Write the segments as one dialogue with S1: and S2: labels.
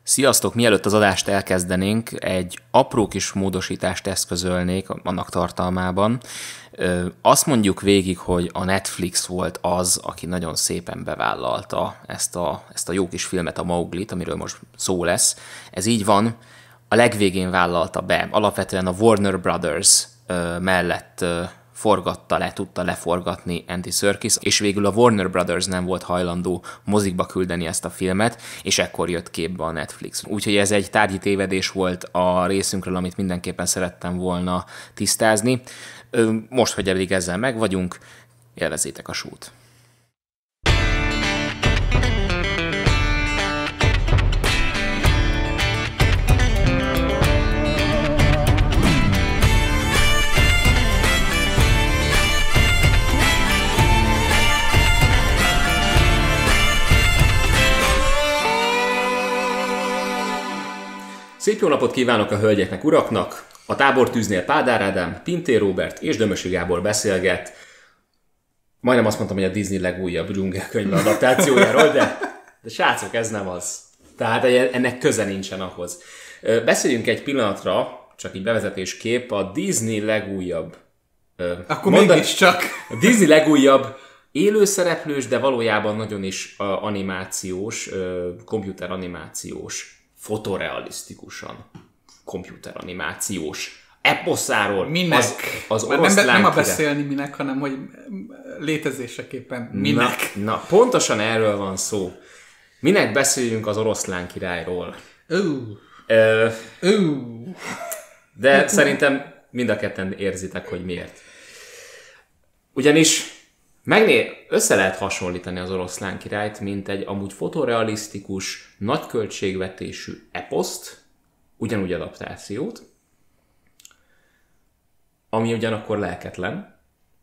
S1: Sziasztok! Mielőtt az adást elkezdenénk, egy apró kis módosítást eszközölnék annak tartalmában. Azt mondjuk végig, hogy a Netflix volt az, aki nagyon szépen bevállalta ezt a jó kis filmet, a Mowglit, amiről most szó lesz. Ez így van, a legvégén vállalta be. Alapvetően a Warner Brothers mellett tudta leforgatni Andy Serkis, és végül a Warner Brothers nem volt hajlandó mozikba küldeni ezt a filmet, és ekkor jött képbe a Netflix. Úgyhogy ez egy tárgyi tévedés volt a részünkről, amit mindenképpen szerettem volna tisztázni. Most, hogy eddig ezzel meg vagyunk, élvezzétek a show-t. Szép jó napot kívánok a hölgyeknek, uraknak! A tábortűznél Pádár Ádám, Pintér Róbert és Dömösi Gábor beszélget. Majdnem azt mondtam, hogy a Disney legújabb dzsungelkönyve adaptációjáról, de srácok, ez nem az. Tehát ennek köze nincsen ahhoz. Beszéljünk egy pillanatra, csak így bevezetésképp, a Disney legújabb...
S2: Akkor mégiscsak.
S1: A Disney legújabb élőszereplős, de valójában nagyon is animációs, komputeranimációs, fotorealisztikusan komputeranimációs eposzáról.
S2: Minek?
S1: Az oroszlán
S2: nem a beszélni minek, hanem hogy létezéseképpen minek.
S1: Na, pontosan erről van szó. Minek beszéljünk az Oroszlán királyról? De szerintem mind a ketten érzitek, hogy miért. Ugyanis össze lehet hasonlítani az Oroszlán királyt, mint egy amúgy fotorealisztikus, nagy költségvetésű eposzt, ugyanúgy adaptációt, ami ugyanakkor lelketlen,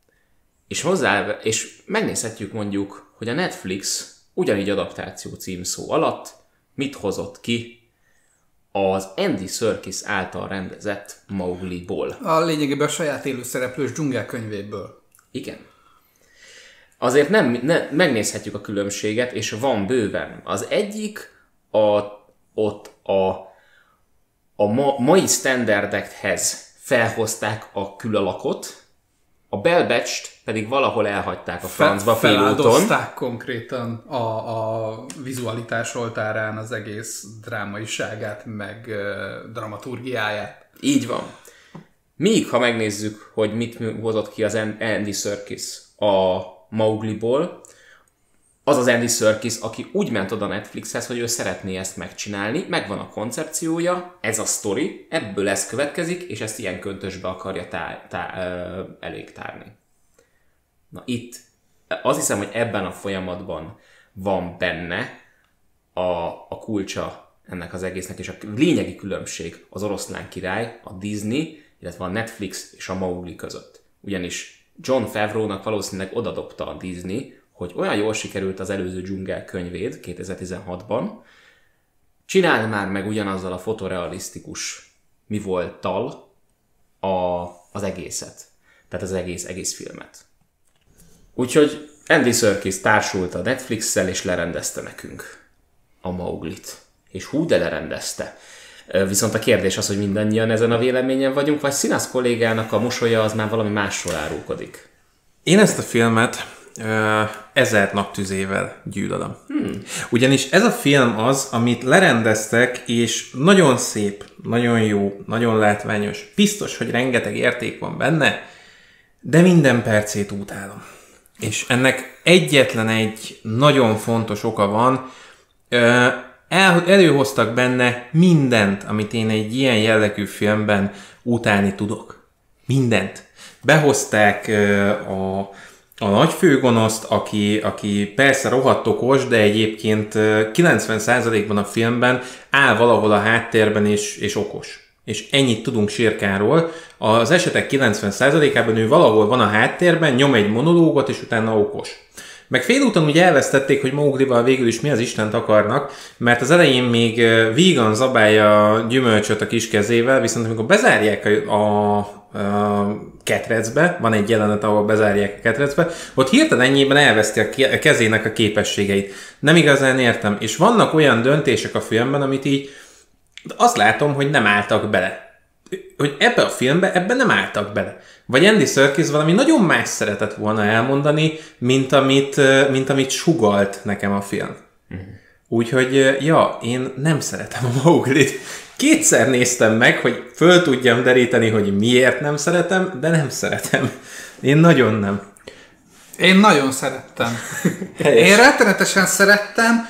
S1: és megnézhetjük mondjuk, hogy a Netflix ugyanígy adaptáció címszó alatt mit hozott ki az Andy Serkis által rendezett Mowgliból.
S2: A lényegében a saját élőszereplős dzsungelkönyvéből.
S1: Igen. Azért megnézhetjük a különbséget, és van bőven. Az egyik a mai standardekhez felhozták a külalakot, a Bell Batch-t pedig valahol elhagyták a francba félúton.
S2: Feláldozták konkrétan a vizualitás oltárán az egész drámaiságát, meg dramaturgiáját.
S1: Így van. Míg, ha megnézzük, hogy mit hozott ki az Andy Serkis a Mowgliból, az Andy Serkis, aki úgy ment oda Netflixhez, hogy ő szeretné ezt megcsinálni, megvan a koncepciója, ez a sztori, ebből ez következik, és ezt ilyen köntösbe akarja elég tárni. Na itt, azt hiszem, hogy ebben a folyamatban van benne a kulcsa ennek az egésznek, és a lényegi különbség az Oroszlán király, a Disney, illetve a Netflix és a Mowgli között. Ugyanis Jon Favreau-nak valószínűleg odadobta a Disney, hogy olyan jól sikerült az előző dzsungel könyvéd 2016-ban, csinálj már meg ugyanazzal a fotorealisztikus mi volttal az egészet. Tehát az egész filmet. Úgyhogy Andy Serkis társult a Netflix-szel és lerendezte nekünk a Mowglit. És de lerendezte. Viszont a kérdés az, hogy mindannyian ezen a véleményen vagyunk, vagy Színász kollégának a mosolya az már valami másról árulkodik.
S3: Én ezt a filmet 1000 naptüzével gyűlölöm. Ugyanis ez a film az, amit lerendeztek, és nagyon szép, nagyon jó, nagyon látványos. Biztos, hogy rengeteg érték van benne, de minden percét utálom. És ennek egyetlen egy nagyon fontos oka van, előhoztak benne mindent, amit én egy ilyen jellegű filmben utálni tudok. Mindent. Behozták a nagy főgonoszt, aki persze rohadt okos, de egyébként 90%-ban a filmben áll valahol a háttérben és okos. És ennyit tudunk Sirkáról. Az esetek 90%-ában ő valahol van a háttérben, nyom egy monológot, és utána okos. Meg félúton úgy elvesztették, hogy Mowglival végül is mi az Istent akarnak, mert az elején még vígan zabálja a gyümölcsöt a kis kezével, viszont amikor bezárják a ketrecbe, van egy jelenet, ahol bezárják a ketrecbe, ott hirtelen ennyiben elveszti a kezének a képességeit. Nem igazán értem. És vannak olyan döntések a filmben, amit így azt látom, hogy nem álltak bele. Hogy ebbe a filmbe, ebben nem álltak bele. Vagy Andy Serkis valami nagyon más szeretett volna elmondani, mint amit sugalt nekem a film. Úgyhogy, ja, én nem szeretem a Mowglit. Kétszer néztem meg, hogy föl tudjam deríteni, hogy miért nem szeretem, de nem szeretem. Én nagyon nem.
S2: Én nagyon szerettem. Én rettenetesen szerettem,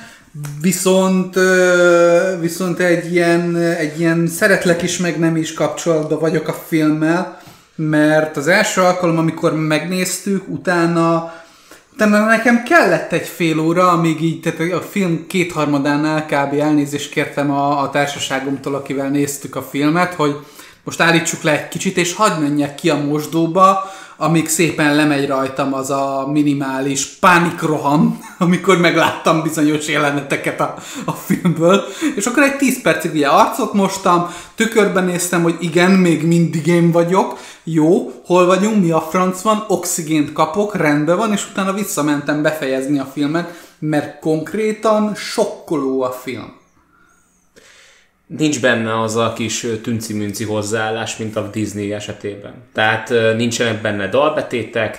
S2: viszont egy ilyen szeretlek is, meg nem is kapcsolatban vagyok a filmmel, mert az első alkalom, amikor megnéztük, utána nekem kellett egy fél óra, amíg így, tehát a film kétharmadánál kb. Elnézést kértem a társaságomtól, akivel néztük a filmet, hogy most állítsuk le egy kicsit, és hadd menjek ki a mosdóba, amíg szépen lemegy rajtam az a minimális pánikroham, amikor megláttam bizonyos jeleneteket a filmből. És akkor egy 10 percig ugye arcot mostam, tükörben néztem, hogy igen, még mindig én vagyok, jó, hol vagyunk, mi a franc van, oxigént kapok, rendben van, és utána visszamentem befejezni a filmet, mert konkrétan sokkoló a film.
S1: Nincs benne az a kis tünci-münci hozzáállás, mint a Disney esetében. Tehát nincsenek benne dalbetétek,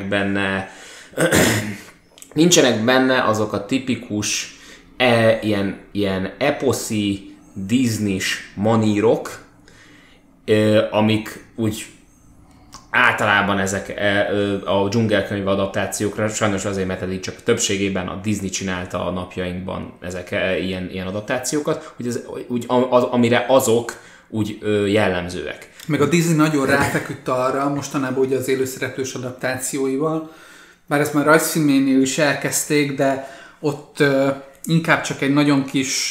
S1: nincsenek benne azok a tipikus ilyen eposzi Disney-s manírok, amik úgy általában ezek a dzsungelkönyv adaptációkra, sajnos azért, mert eddig csak többségében a Disney csinálta a napjainkban ezek ilyen adaptációkat, amire azok úgy jellemzőek.
S2: Meg a Disney nagyon ráfeküdt arra mostanában ugye az élőszereplős adaptációival, bár ezt már rajzfilménél is elkezdték, de ott inkább csak egy nagyon kis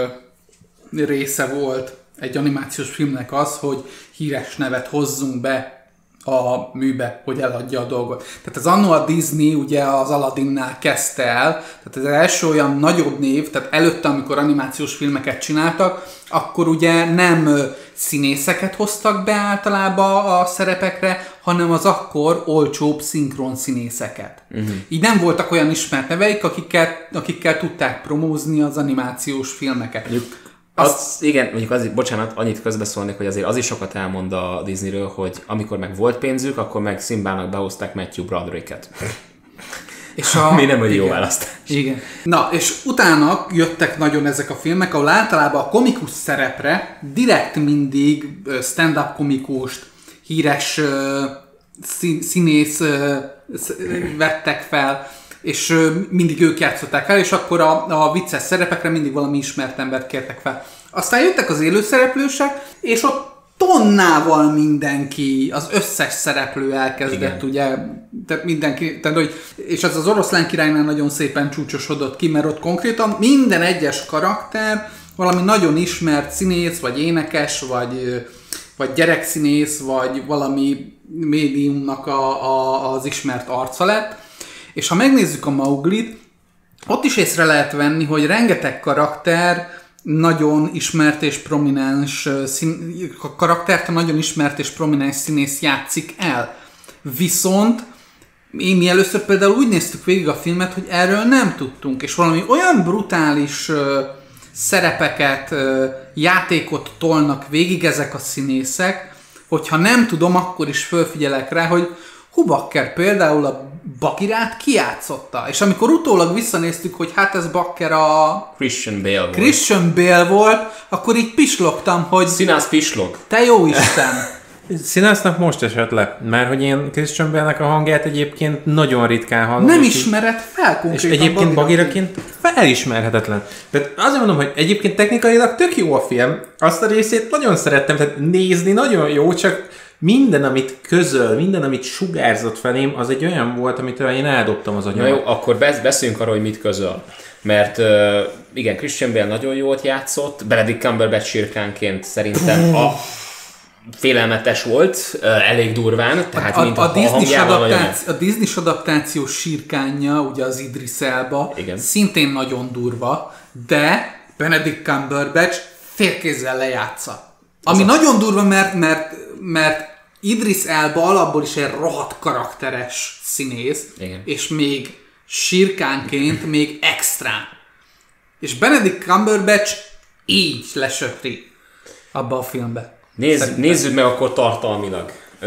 S2: része volt egy animációs filmnek az, hogy híres nevet hozzunk be a műbe, hogy eladja a dolgot. Tehát az annó a Disney ugye az Aladinnál kezdte el, tehát az első olyan nagyobb név, tehát előtte, amikor animációs filmeket csináltak, akkor ugye nem színészeket hoztak be általában a szerepekre, hanem az akkor olcsóbb szinkron színészeket. Így nem voltak olyan ismert neveik, akikkel tudták promózni az animációs filmeket.
S1: Igen, mondjuk azért, bocsánat, annyit közbeszólnék, hogy azért az is sokat elmond a Disneyről, hogy amikor meg volt pénzük, akkor meg Simbának behozták Matthew Brodericket. Mi nem egy jó választás.
S2: Igen. Na, és utána jöttek nagyon ezek a filmek, ahol általában a komikus szerepre direkt mindig stand-up komikust, híres színész vettek fel, és mindig ők játszották fel, és akkor a vicces szerepekre mindig valami ismert embert kértek fel. Aztán jöttek az élőszereplősek, és ott tonnával mindenki, az összes szereplő elkezdett, igen, ugye, tehát mindenki, tehát, hogy, és ez az Oroszlán királynál nagyon szépen csúcsosodott ki, mert ott konkrétan minden egyes karakter valami nagyon ismert színész, vagy énekes, vagy gyerekszínész, vagy valami médiumnak az ismert arca lett. És ha megnézzük a Mowglit, ott is észre lehet venni, hogy rengeteg karakter nagyon ismert és prominens karaktert, nagyon ismert és prominens színész játszik el. Viszont mi először például úgy néztük végig a filmet, hogy erről nem tudtunk, és valami olyan brutális szerepeket, játékot tolnak végig ezek a színészek, hogyha nem tudom, akkor is fölfigyelek rá, hogy Bakker például a Bagirát kijátszotta. És amikor utólag visszanéztük, hogy hát ez Bakker a Christian Bale volt, akkor így pislogtam, hogy
S1: színász pislog.
S2: Te jó Isten!
S3: Színásznak most esett le, mert hogy én Christian Bale-nek a hangját egyébként nagyon ritkán hallom.
S2: Nem ismered fel konkrétan.
S3: És egyébként Bagiraként felismerhetetlen. Tehát azért mondom, hogy egyébként technikailag tök jó a film, azt a részét nagyon szerettem, tehát nézni nagyon jó, csak minden, amit közöl, minden, amit sugárzott felém, az egy olyan volt, amit én eldobtam az agyamat.
S1: Na jó, akkor beszéljünk arról, hogy mit közöl. Mert igen, Christian Bale nagyon jót játszott, Benedict Cumberbatch sirkánként szerintem félelmetes volt, elég durván, tehát mint a hangjával
S2: a Disney-s adaptációs sírkánja, ugye az Idris Elba, igen, szintén nagyon durva, de Benedict Cumberbatch félkézzel lejátsza. Ami nagyon durva, mert Idris Elba alapból is egy rohadt karakteres színész, igen, és még sírkánként még extrán. És Benedict Cumberbatch így lesöpri abba a filmbe.
S1: Nézzük meg akkor tartalmilag.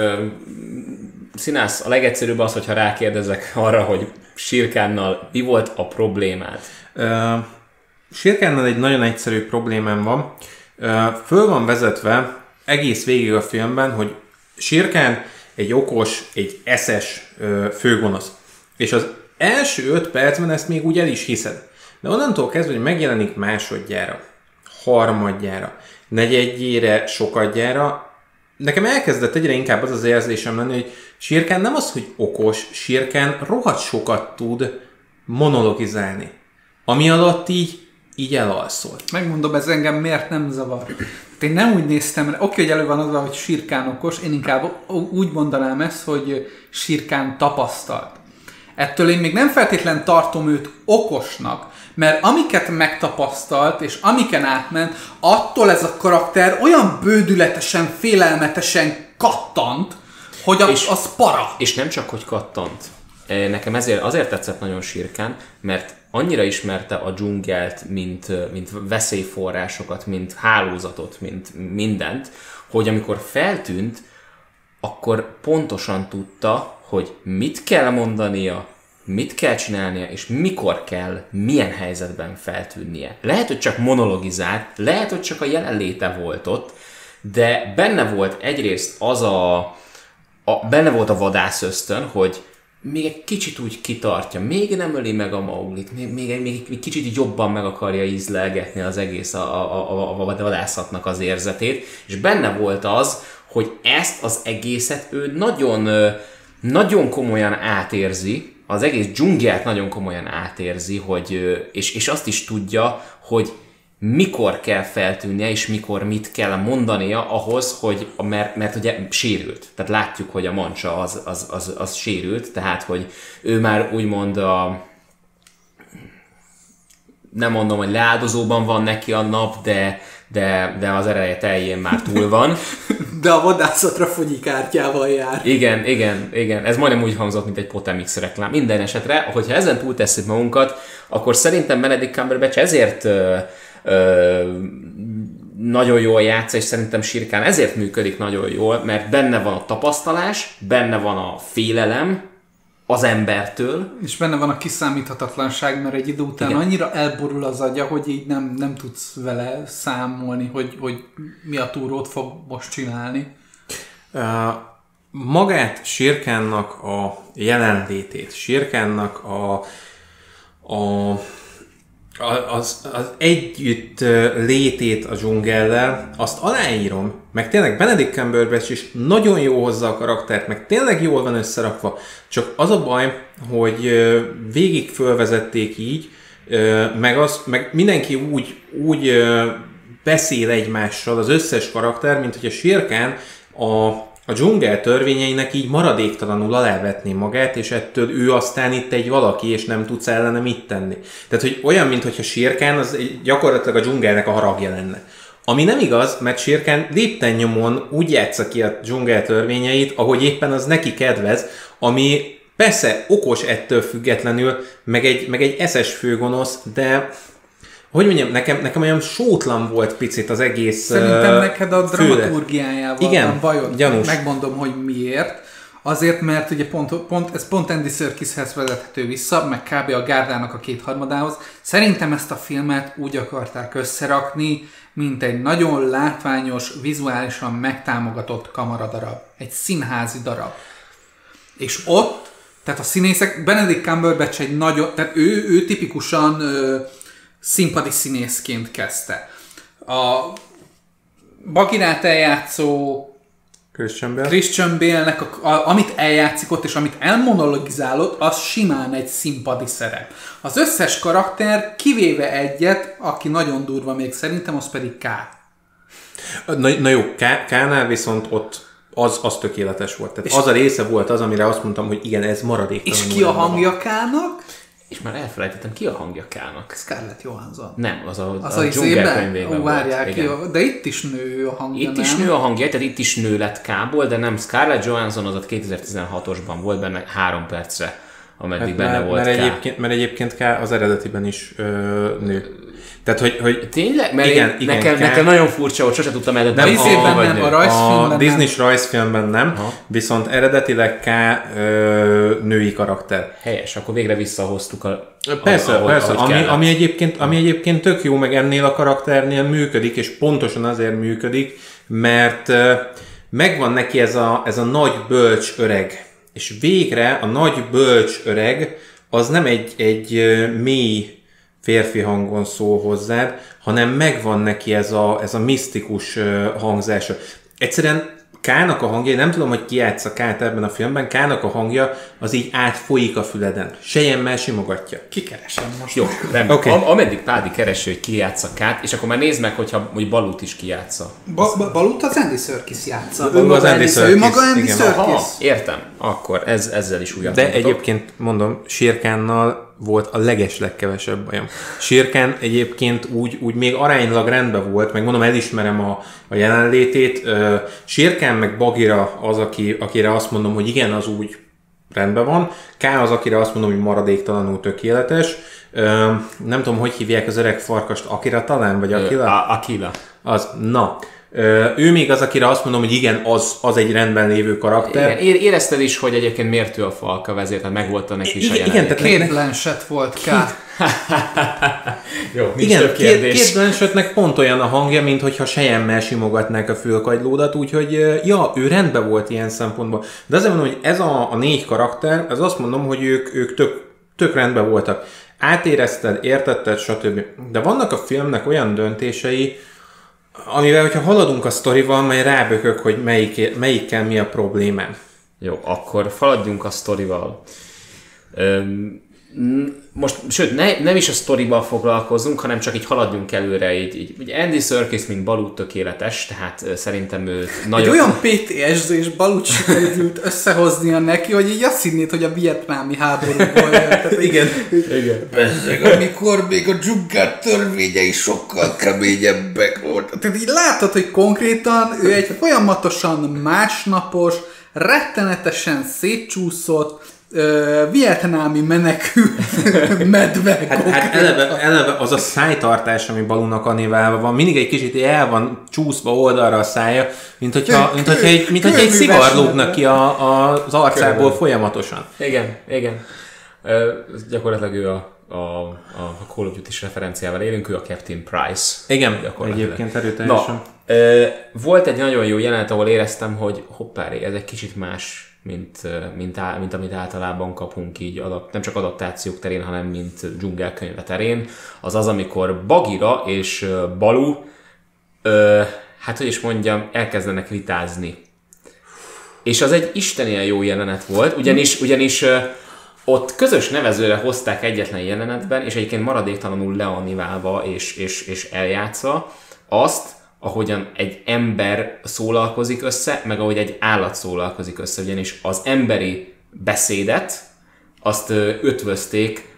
S1: Színász, a legegyszerűbb az, hogyha rákérdezek arra, hogy Sírkánnal mi volt a problémád?
S3: Sírkánnal egy nagyon egyszerű problémám van. Föl van vezetve egész végig a filmben, hogy Sírkán egy okos, egy eszes főgonosz. És az első 5 percben ezt még úgy el is hiszed. De onnantól kezdve, hogy megjelenik másodjára, harmadjára, negyedjére, sokadjára, nekem elkezdett egyre inkább az érzésem lenni, hogy Sírkán nem az, hogy okos, Sírkán rohadt sokat tud monologizálni. Ami alatt így elalszol.
S2: Megmondom, ez engem miért nem zavar. Én nem úgy néztem, oké, hogy elő van az, hogy Sírkán okos, én inkább úgy mondanám ezt, hogy Sírkán tapasztalt. Ettől én még nem feltétlen tartom őt okosnak, mert amiket megtapasztalt, és amiken átment, attól ez a karakter olyan bődületesen, félelmetesen kattant, hogy az para.
S1: És nem csak, hogy kattant. Nekem azért tetszett nagyon Sírkán, mert annyira ismerte a dzsungelt, mint veszélyforrásokat, mint hálózatot, mint mindent, hogy amikor feltűnt, akkor pontosan tudta, hogy mit kell mondania, mit kell csinálnia, és mikor kell, milyen helyzetben feltűnnie. Lehet, hogy csak monologizált, lehet, hogy csak a jelenléte volt ott, de benne volt egyrészt benne volt a vadászösztön, hogy még egy kicsit úgy kitartja, még nem öli meg a Mauglit, még egy kicsit jobban meg akarja ízlelgetni az egész a vadászatnak az érzetét, és benne volt az, hogy ezt az egészet ő nagyon, nagyon komolyan átérzi, az egész dzsungelt nagyon komolyan átérzi, és azt is tudja, hogy mikor kell feltűnnie, és mikor mit kell mondania ahhoz, hogy, mert ugye sérült. Tehát látjuk, hogy a mancsa az sérült, tehát hogy ő már úgymond nem mondom, hogy leáldozóban van neki a nap, de az ereje teljén már túl van.
S2: De a vadászatra fogyikártyával jár.
S1: Igen. Ez majdnem úgy hangzott, mint egy Potemix reklám. Minden esetre, hogyha ezen túl tesszük magunkat, akkor szerintem Benedict Cumberbatch ezért nagyon jól játsza, és szerintem Sírkán ezért működik nagyon jól, mert benne van a tapasztalás, benne van a félelem az embertől.
S2: És benne van a kiszámíthatatlanság, mert egy idő után igen, annyira elborul az agya, hogy így nem tudsz vele számolni, hogy mi a túrót fog most csinálni.
S3: Magát Sírkánnak a jelenlétét, Sírkánnak az együtt létét a dzsungellel, azt aláírom, meg tényleg Benedict Cumberbatch is nagyon jó hozza a karaktert, meg tényleg jól van összerakva, csak az a baj, hogy végig fölvezették így, meg mindenki úgy beszél egymással, az összes karakter, mint hogy a Sírkán a dzsungel törvényeinek így maradéktalanul alávetné magát, és ettől ő aztán itt egy valaki, és nem tudsz ellene mit tenni. Tehát, hogy olyan, mintha Sírkán az gyakorlatilag a dzsungelnek a haragja lenne. Ami nem igaz, mert Sírkán lépten nyomon úgy játsza ki a dzsungel törvényeit, ahogy éppen az neki kedvez, ami persze okos ettől függetlenül, meg egy eszes főgonosz, de hogy mondjam, nekem olyan sótlan volt picit az egész.
S2: Szerintem neked a dramaturgiájával van bajod.
S3: Gyanús.
S2: Megmondom, hogy miért. Azért, mert ugye ez pont Andy Serkishez vezethető vissza, meg kb. A gárdának a 2/3-ához. Szerintem ezt a filmet úgy akarták összerakni, mint egy nagyon látványos, vizuálisan megtámogatott kamaradarab. Egy színházi darab. És ott, tehát a színészek, Benedict Cumberbatch egy nagyon, tehát ő tipikusan színpadi színészként kezdte. A Bagirát eljátszó Christian Bale-nek, amit eljátszik ott, és amit elmonologizálott, az simán egy színpadi szerep. Az összes karakter, kivéve egyet, aki nagyon durva még szerintem, az pedig K.
S3: Na jó, K-nál viszont ott az tökéletes volt. Tehát az a része volt az, amire azt mondtam, hogy igen, ez maradéktalanul.
S2: És ki a hangja K-nak?
S1: És már elfelejtettem, ki a hangja K-nak?
S2: Scarlett Johansson.
S1: Nem, az
S2: a
S1: dzsungelkönyvében
S2: várják, volt. De itt is nő a hangja,
S1: Itt is nő a hangja, tehát itt is nő lett K-ból, de nem, Scarlett Johansson az ott 2016-osban volt benne 3 percre, ameddig benne volt
S3: mert egyébként K az eredetiben is nő. Tehát, hogy
S1: tényleg? Mert igen, nekem nagyon furcsa, hogy sose tudtam eredetileg.
S2: Nem, a rajzfilmben
S3: a Disney-s rajzfilmben nem, viszont eredetileg K női karakter.
S1: Helyes, akkor végre visszahoztuk
S3: Persze, ami egyébként tök jó, meg ennél a karakternél működik, és pontosan azért működik, mert megvan neki ez a nagy bölcs öreg. És végre a nagy bölcs öreg az nem egy mély férfi hangon szól hozzád, hanem megvan neki ez a misztikus hangzása. Egyszerűen K-nak a hangja, nem tudom, hogy ki játsza K-t ebben a filmben, K-nak a hangja az így átfolyik a füleden. Sejemmel simogatja.
S2: Kikeresem most.
S1: Jó, rendben. Okay. Ameddig Pádi keresi, hogy ki játsza K-t, és akkor már nézd meg, hogy Balut is ki játsza.
S2: Balut az Andy Serkis játsza.
S3: Ő
S2: maga Andy Serkis.
S1: Értem. Akkor ezzel is újat.
S3: De egyébként mondom, Shere Khan-nal volt a legkevesebb bajom. Shere Khan egyébként úgy még aránylag rendben volt, meg mondom, elismerem a jelenlétét. Shere Khan meg Bagheera az, akire azt mondom, hogy igen, az úgy rendben van. K az, akire azt mondom, hogy maradéktalanul tökéletes. Nem tudom, hogy hívják az öreg farkast, Akira talán, vagy Akila?
S1: Akila.
S3: Az, na. Ő még az, akire azt mondom, hogy igen, az egy rendben lévő karakter.
S1: Igen, érezted is, hogy egyébként miért ő a falka vezér, tehát megvolt neki is a jelenlét.
S2: Igen, tehát Kate Blanchett volt K.
S1: Jó, nincs több kérdés.
S3: Kate Blanchettnek pont olyan a hangja, mint hogyha sejemmel simogatnák a fülkagylódat, úgyhogy ja, ő rendben volt ilyen szempontból. De azért mondom, hogy ez a 4 karakter, az azt mondom, hogy ők tök rendben voltak. Átérezted, értetted, stb. De vannak a filmnek olyan döntései, amivel, hogyha haladunk a sztorival, majd rábökök, hogy melyikkel mi a problémám.
S1: Jó, akkor haladjunk a sztorival. Most, sőt, nem is a sztorival foglalkozunk, hanem csak így haladjunk előre. Így Andy Serkis, mint Balut tökéletes, tehát szerintem ő nagyon...
S2: Egy olyan PTSD és Balut sikerült összehoznia neki, hogy így azt hinnéd, hogy a vietnámi háborúból jött.
S3: Igen.
S2: Bezzeg, amikor még a dzsungel törvényei sokkal keményebbek voltak. Tehát így látod, hogy konkrétan ő egy folyamatosan másnapos, rettenetesen szétcsúszott, vietnámi menekült medve.
S3: Hát eleve az a szájtartás, ami Balunak animálva van, mindig egy kicsit el van csúszva oldalra a szája, mint hogyha egy szivar lógnak ki az arcából folyamatosan.
S1: Igen. Gyakorlatilag ő a Call of Duty-s referenciával élünk, ő a Captain Price.
S3: Igen, egyébként erőteljesen.
S1: Volt egy nagyon jó jelenet, ahol éreztem, hogy hoppáré, ez egy kicsit más, mint amit általában kapunk így, nem csak adaptációk terén, hanem mint dzsungelkönyve terén. Az, amikor Bagheera és Balu, hát hogy is mondjam, elkezdenek vitázni. És az egy istenien jó jelenet volt, ugyanis ott közös nevezőre hozták egyetlen jelenetben, és egyébként maradéktalanul leanimálva és eljátszva azt, ahogyan egy ember szólalkozik össze, meg ahogy egy állat szólalkozik össze, ugyanis az emberi beszédet azt ötvözték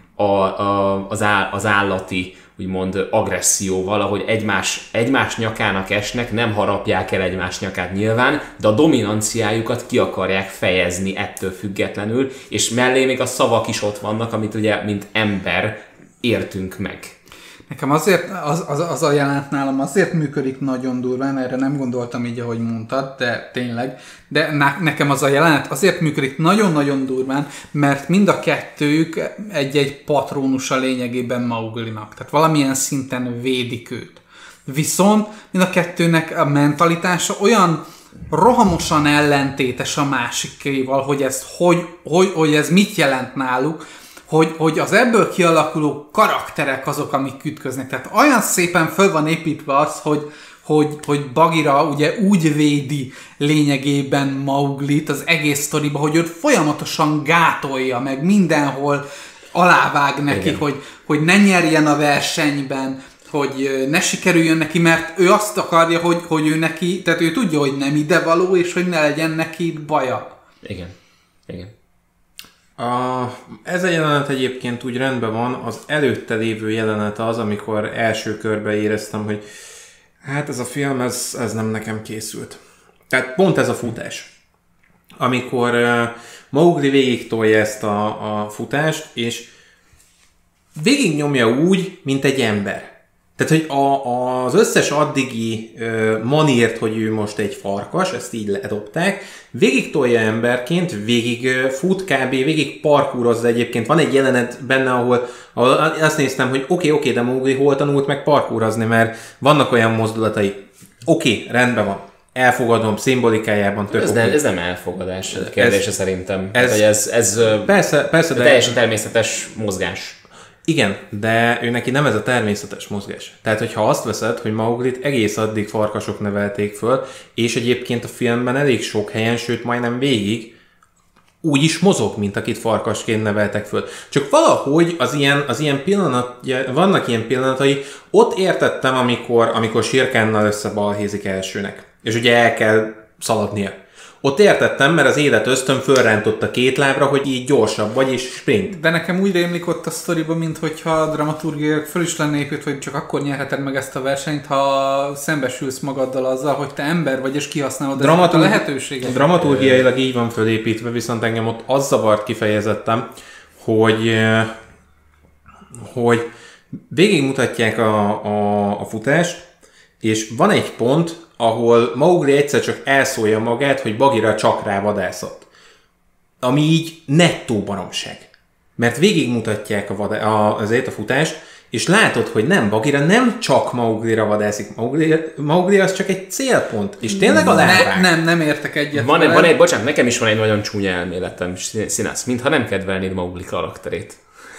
S1: az állati, úgymond agresszióval, ahogy egymás nyakának esnek, nem harapják el egymás nyakát nyilván, de a dominanciájukat ki akarják fejezni ettől függetlenül, és mellé még a szavak is ott vannak, amit ugye, mint ember értünk meg.
S2: Nekem azért, az a jelenet nálam azért működik nagyon durván, erre nem gondoltam így, ahogy mondtad, de tényleg, de nekem az a jelenet azért működik nagyon-nagyon durván, mert mind a kettőjük egy patrónusa lényegében Mauglinak, tehát valamilyen szinten védik őt. Viszont mind a kettőnek a mentalitása olyan rohamosan ellentétes a másikéval, hogy ez mit jelent náluk, hogy az ebből kialakuló karakterek azok, amik ütköznek. Tehát olyan szépen föl van építve az, hogy Bagheera ugye úgy védi lényegében Mauglit az egész sztoriba, hogy őt folyamatosan gátolja, meg mindenhol alávág neki, hogy ne nyerjen a versenyben, hogy ne sikerüljön neki, mert ő azt akarja, hogy ő neki, tehát ő tudja, hogy nem idevaló, és hogy ne legyen neki baja.
S1: Igen.
S3: Ez a jelenet egyébként úgy rendben van, az előtte lévő jelenet az, amikor első körben éreztem, hogy hát ez a film, ez nem nekem készült. Tehát pont ez a futás. Amikor Mowgli végigtolja ezt a futást, és végignyomja úgy, mint egy ember. Tehát, hogy az összes addigi manírt, hogy ő most egy farkas, ezt így ledobták, végig tolja emberként, végig fut kb, végig parkúrozza egyébként. Van egy jelenet benne, ahol azt néztem, hogy oké, de Mowgli hol tanult meg parkúrozni, mert vannak olyan mozdulatai. Oké, rendben van. Elfogadom, szimbolikájában tök
S1: ez nem elfogadás kérdése szerintem. Ez
S3: persze, de
S1: teljesen természetes mozgás.
S3: Igen, de ő neki nem ez a természetes mozgás. Tehát, hogyha azt veszed, hogy Mowglit egész addig farkasok nevelték föl, és egyébként a filmben elég sok helyen, sőt majdnem végig, úgy is mozog, mint akit farkasként neveltek föl. Csak valahogy az ilyen vannak ilyen pillanatai, ott értettem, amikor Shere Khannal összebalhézik elsőnek. És ugye el kell szaladnia. Ott értettem, mert az élet ösztön fölrántott két lábra, hogy így gyorsabb vagy, és sprint.
S2: De nekem úgy rémlik ott a sztoriban, mintha a dramaturgiák föl is lenne épült, hogy csak akkor nyerheted meg ezt a versenyt, ha szembesülsz magaddal azzal, hogy te ember vagy, és kihasználod a lehetőséget.
S3: Dramaturgiailag így van fölépítve, viszont engem ott az zavart kifejezettem, hogy végigmutatják a futást, és van egy pont, ahol Mowgli egyszer csak elszólja magát, hogy Bagheera csak rá vadászott. Ami így nettó baromság. Mert végigmutatják a futást, és látod, hogy nem, Bagheera nem csak Mowglira vadászik. Mowgli az csak egy célpont. És tényleg a lábák.
S2: Nem értek egyet.
S1: Bocsánat, nekem is van egy nagyon csúnya elméletem, Színász, mintha nem kedvelnéd Mowgli karakterét.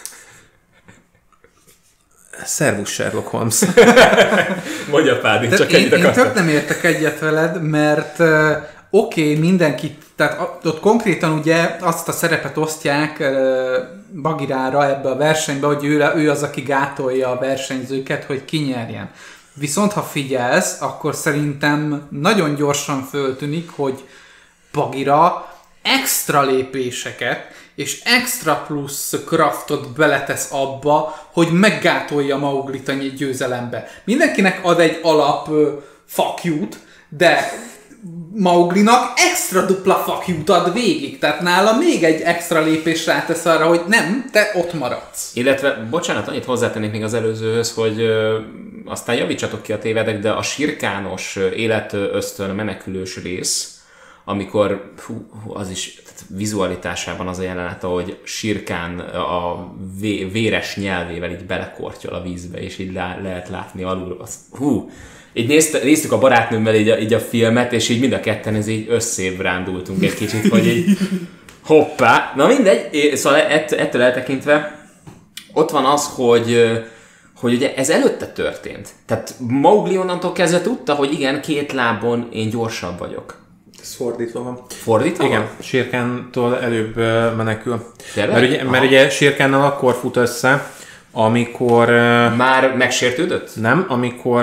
S3: Szervusz, Sherlock Holmes.
S1: Mondja Pádi, csak
S2: én tök nem értek egyet veled, mert oké, mindenki, tehát ott konkrétan ugye azt a szerepet osztják Bagheerára ebbe a versenybe, hogy ő az, aki gátolja a versenyzőket, hogy ki nyerjen. Viszont ha figyelsz, akkor szerintem nagyon gyorsan föltűnik, hogy Bagheera extra lépéseket és extra plusz craftot beletesz abba, hogy meggátolja Mowglit a győzelembe. Mindenkinek ad egy alap fuck you-t, de Mowglinak extra dupla fuck you-t ad végig. Tehát nála még egy extra lépés rátesz arra, hogy nem, te ott maradsz.
S1: Illetve, bocsánat, annyit hozzátennék még az előzőhöz, hogy aztán javítsatok ki a tévedek, de a Shere Khan-os életösztön menekülős rész, amikor az is vizualitásában az a jelenet, ahogy Shere Khan a véres nyelvével így belekortyol a vízbe, és így lehet látni alul. Így néztük a barátnőmmel így a filmet, és így mind a ketten így összébb rándultunk egy kicsit, hogy így hoppá. Na mindegy, szóval ettől eltekintve ott van az, hogy ugye ez előtte történt. Tehát Mowgli onnantól kezdve tudta, hogy igen, két lábon én gyorsabb vagyok.
S3: Ez fordítva van.
S1: Fordítva
S3: igen,
S1: van?
S3: Shere Khantól előbb menekül. Mert ugye Shere Khannal akkor fut össze, amikor...
S1: Már megsértődött?
S3: Nem, amikor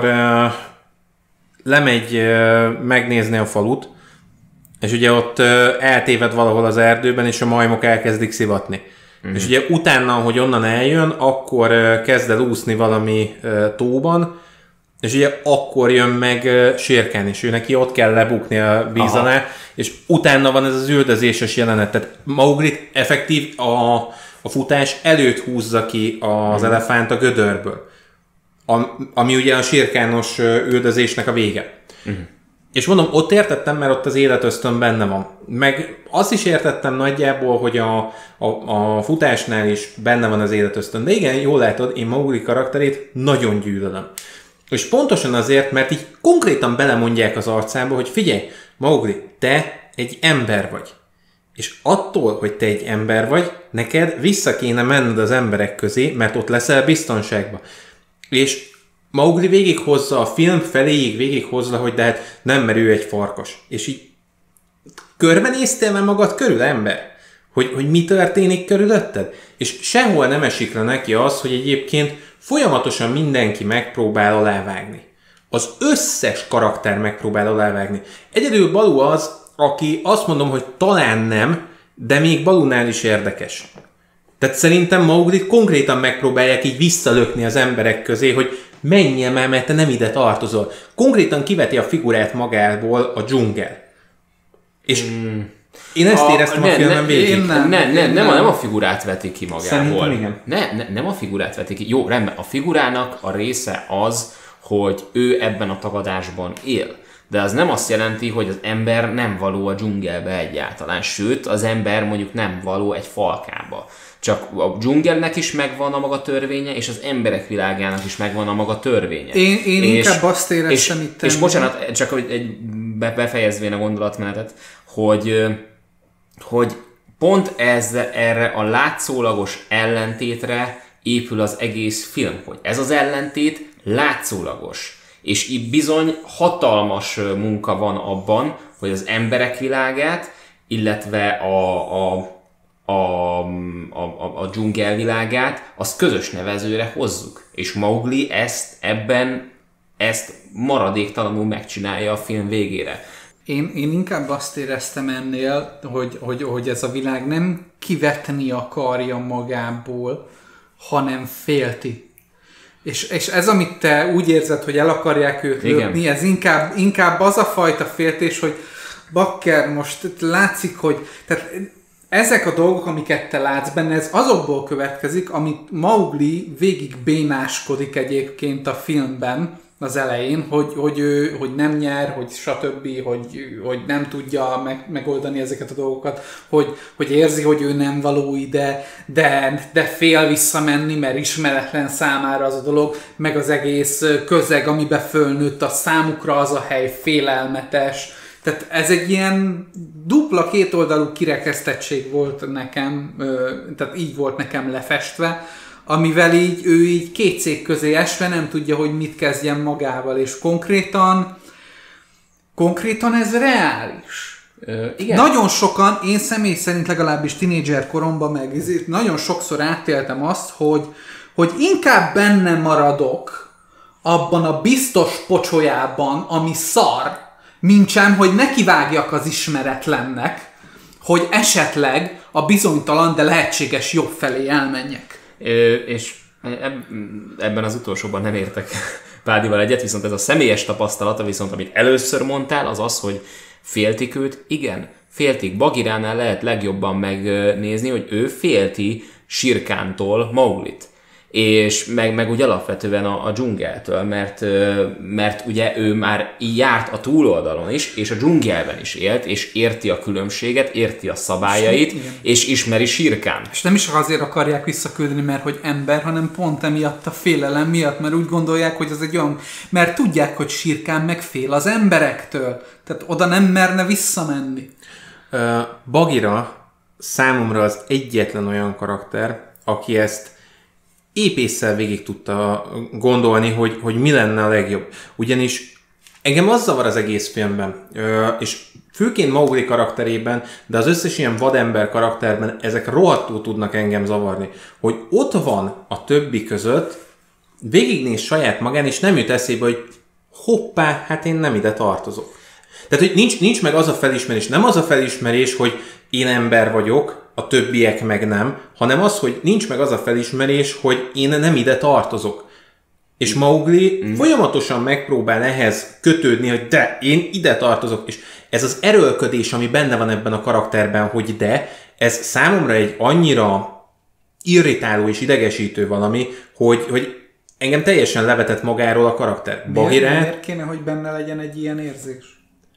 S3: lemegy megnézni a falut, és ugye ott eltéved valahol az erdőben, és a majmok elkezdik szivatni. És ugye utána, hogy onnan eljön, akkor kezd el úszni valami tóban, és ugye akkor jön meg Shere Khan, és ő neki ott kell lebukni a víz alá, és utána van ez az üldözéses jelenet. Tehát Mowglit effektív a futás előtt húzza ki az elefánt a gödörből. Ami ugye a Shere Khan-os üldözésnek a vége. És mondom, ott értettem, mert ott az életösztön benne van. Meg azt is értettem nagyjából, hogy a futásnál is benne van az életösztön. De igen, jól látod, én Mowgli karakterét nagyon gyűlölöm. És pontosan azért, mert így konkrétan belemondják az arcába, hogy figyelj, Mowgli, te egy ember vagy. És attól, hogy te egy ember vagy, neked vissza kéne menned az emberek közé, mert ott leszel biztonságban. És Mowgli végighozza, a film feléig végighozza, hogy de hát nem, mert ő egy farkas. És így körbenéztél már magad körül, ember? Hogy mi történik körülötted? És sehol nem esik le neki az, hogy egyébként folyamatosan mindenki megpróbál alávágni. Az összes karakter megpróbál alávágni. Egyedül Baloo az, aki azt mondom, hogy talán nem, de még Balónál is érdekes. Tehát szerintem Mauglit konkrétan megpróbálják így visszalökni az emberek közé, hogy menjél már, mert te nem ide tartozol. Konkrétan kiveti a figurát magából a dzsungel. És én ezt éreztem a filmen végig.
S1: Nem a figurát veti ki magából.
S3: Szerintem igen.
S1: Nem a figurát veti ki. Jó, rendben. A figurának a része az, hogy ő ebben a tagadásban él. De az nem azt jelenti, hogy az ember nem való a dzsungelbe egyáltalán. Sőt, az ember mondjuk nem való egy falkába. Csak a dzsungelnek is megvan a maga törvénye, és az emberek világának is megvan a maga törvénye.
S2: Én inkább azt éreztem itt.
S1: És bocsánat, csak egy befejezvén a gondolatmenetet, hogy pont erre a látszólagos ellentétre épül az egész film, hogy ez az ellentét látszólagos. És itt bizony hatalmas munka van abban, hogy az emberek világát, illetve a dzsungel világát, azt közös nevezőre hozzuk. És Mowgli ezt maradéktalanul megcsinálja a film végére.
S2: Én inkább azt éreztem ennél, hogy ez a világ nem kivetni akarja magából, hanem félti. És ez, amit te úgy érzed, hogy el akarják őt lökni, ez inkább az a fajta féltés, hogy bakker, most látszik, hogy tehát ezek a dolgok, amiket te látsz benne, ez azokból következik, amit Mowgli végig bénáskodik egyébként a filmben az elején, hogy nem nyer, hogy stb., hogy nem tudja megoldani ezeket a dolgokat, hogy érzi, hogy ő nem való ide, de fél visszamenni, mert ismeretlen számára az a dolog, meg az egész közeg, amiben fölnőtt, a számukra az a hely félelmetes. Tehát ez egy ilyen dupla kétoldalú kirekesztettség volt nekem, tehát így volt nekem lefestve, amivel ő így két szék közé esve nem tudja, hogy mit kezdjen magával, és konkrétan ez reális.
S1: Igen.
S2: Nagyon sokan, én személy szerint legalábbis tínédzser koromban meg nagyon sokszor átéltem azt, hogy inkább benne maradok abban a biztos pocsolyában, ami szar, mintsem, hogy nekivágjak az ismeretlennek, hogy esetleg a bizonytalan, de lehetséges jobb felé elmenjek.
S1: És ebben az utolsóban nem értek Pádival egyet, viszont ez a személyes tapasztalata, viszont amit először mondtál, az az, hogy féltik őt. Igen, féltik. Bagiránál lehet legjobban megnézni, hogy ő félti Sirkántól Mowglit. És meg úgy alapvetően a dzsungeltől, mert ugye ő már járt a túloldalon is, és a dzsungelben is élt, és érti a különbséget, érti a szabályait, és ismeri Sirkánt.
S2: És nem is azért akarják visszaküldeni, mert hogy ember, hanem pont emiatt a félelem miatt, mert úgy gondolják, hogy az egy olyan, mert tudják, hogy Sirkán megfél az emberektől, tehát oda nem merne visszamenni.
S3: Bagheera számomra az egyetlen olyan karakter, aki ezt épésszel végig tudta gondolni, hogy mi lenne a legjobb. Ugyanis engem az zavar az egész filmben, és főként Mowgli karakterében, de az összes ilyen vadember karakterben ezek rohadtul tudnak engem zavarni, hogy ott van a többi között, végignéz saját magán, és nem jut eszébe, hogy hoppá, hát én nem ide tartozok. Tehát, hogy nincs meg az a felismerés, nem az a felismerés, hogy én ember vagyok, a többiek meg nem, hanem az, hogy nincs meg az a felismerés, hogy én nem ide tartozok. És Mowgli folyamatosan megpróbál ehhez kötődni, hogy de, én ide tartozok. És ez az erőlködés, ami benne van ebben a karakterben, hogy de, ez számomra egy annyira irritáló és idegesítő valami, hogy engem teljesen levetett magáról a karakter.
S2: Miért kéne, hogy benne legyen egy ilyen érzés?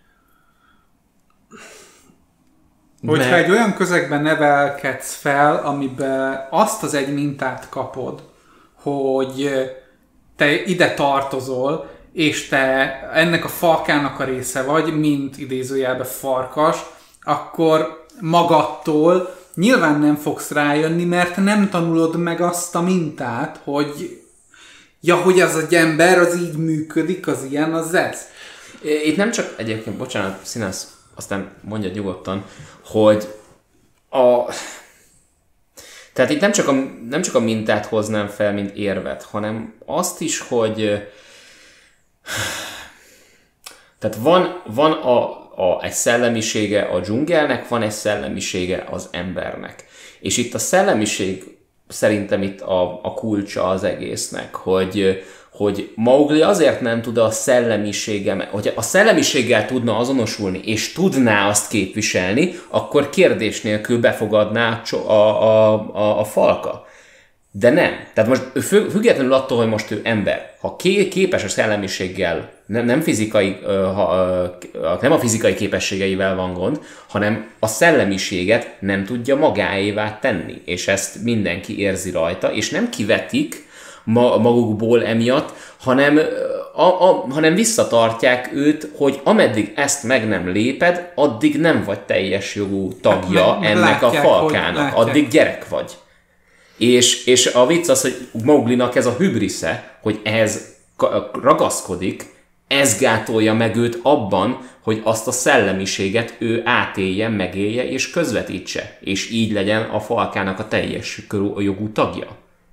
S2: Hogyha egy olyan közegben nevelkedsz fel, amiben azt az egy mintát kapod, hogy te ide tartozol, és te ennek a falkának a része vagy, mint idézőjelben farkas, akkor magadtól nyilván nem fogsz rájönni, mert nem tanulod meg azt a mintát, hogy hogy az egy ember, az így működik, az ilyen, az ez.
S1: Itt nem csak egyébként, bocsánat, Színász, aztán mondja nyugodtan, hogy Tehát itt nem csak a mintát hoznám fel, mint érvet, hanem azt is, hogy tehát van egy szellemisége a dzsungelnek, van egy szellemisége az embernek. És itt a szellemiség szerintem itt a kulcsa az egésznek, hogy Mowgli azért nem tud a szellemisége, hogy a szellemiséggel tudna azonosulni, és tudná azt képviselni, akkor kérdés nélkül befogadná a falka. De nem. Tehát most függetlenül attól, hogy most ő ember, ha képes a szellemiséggel, nem a fizikai képességeivel van gond, hanem a szellemiséget nem tudja magáévá tenni, és ezt mindenki érzi rajta, és nem kivetik magukból emiatt, hanem visszatartják őt, hogy ameddig ezt meg nem léped, addig nem vagy teljes jogú tagja ennek a falkának, addig gyerek vagy. És a vicc az, hogy Mowglinak ez a hübrisze, hogy ehhez ragaszkodik, ez gátolja meg őt abban, hogy azt a szellemiséget ő átélje, megélje és közvetítse, és így legyen a falkának a teljes jogú tagja.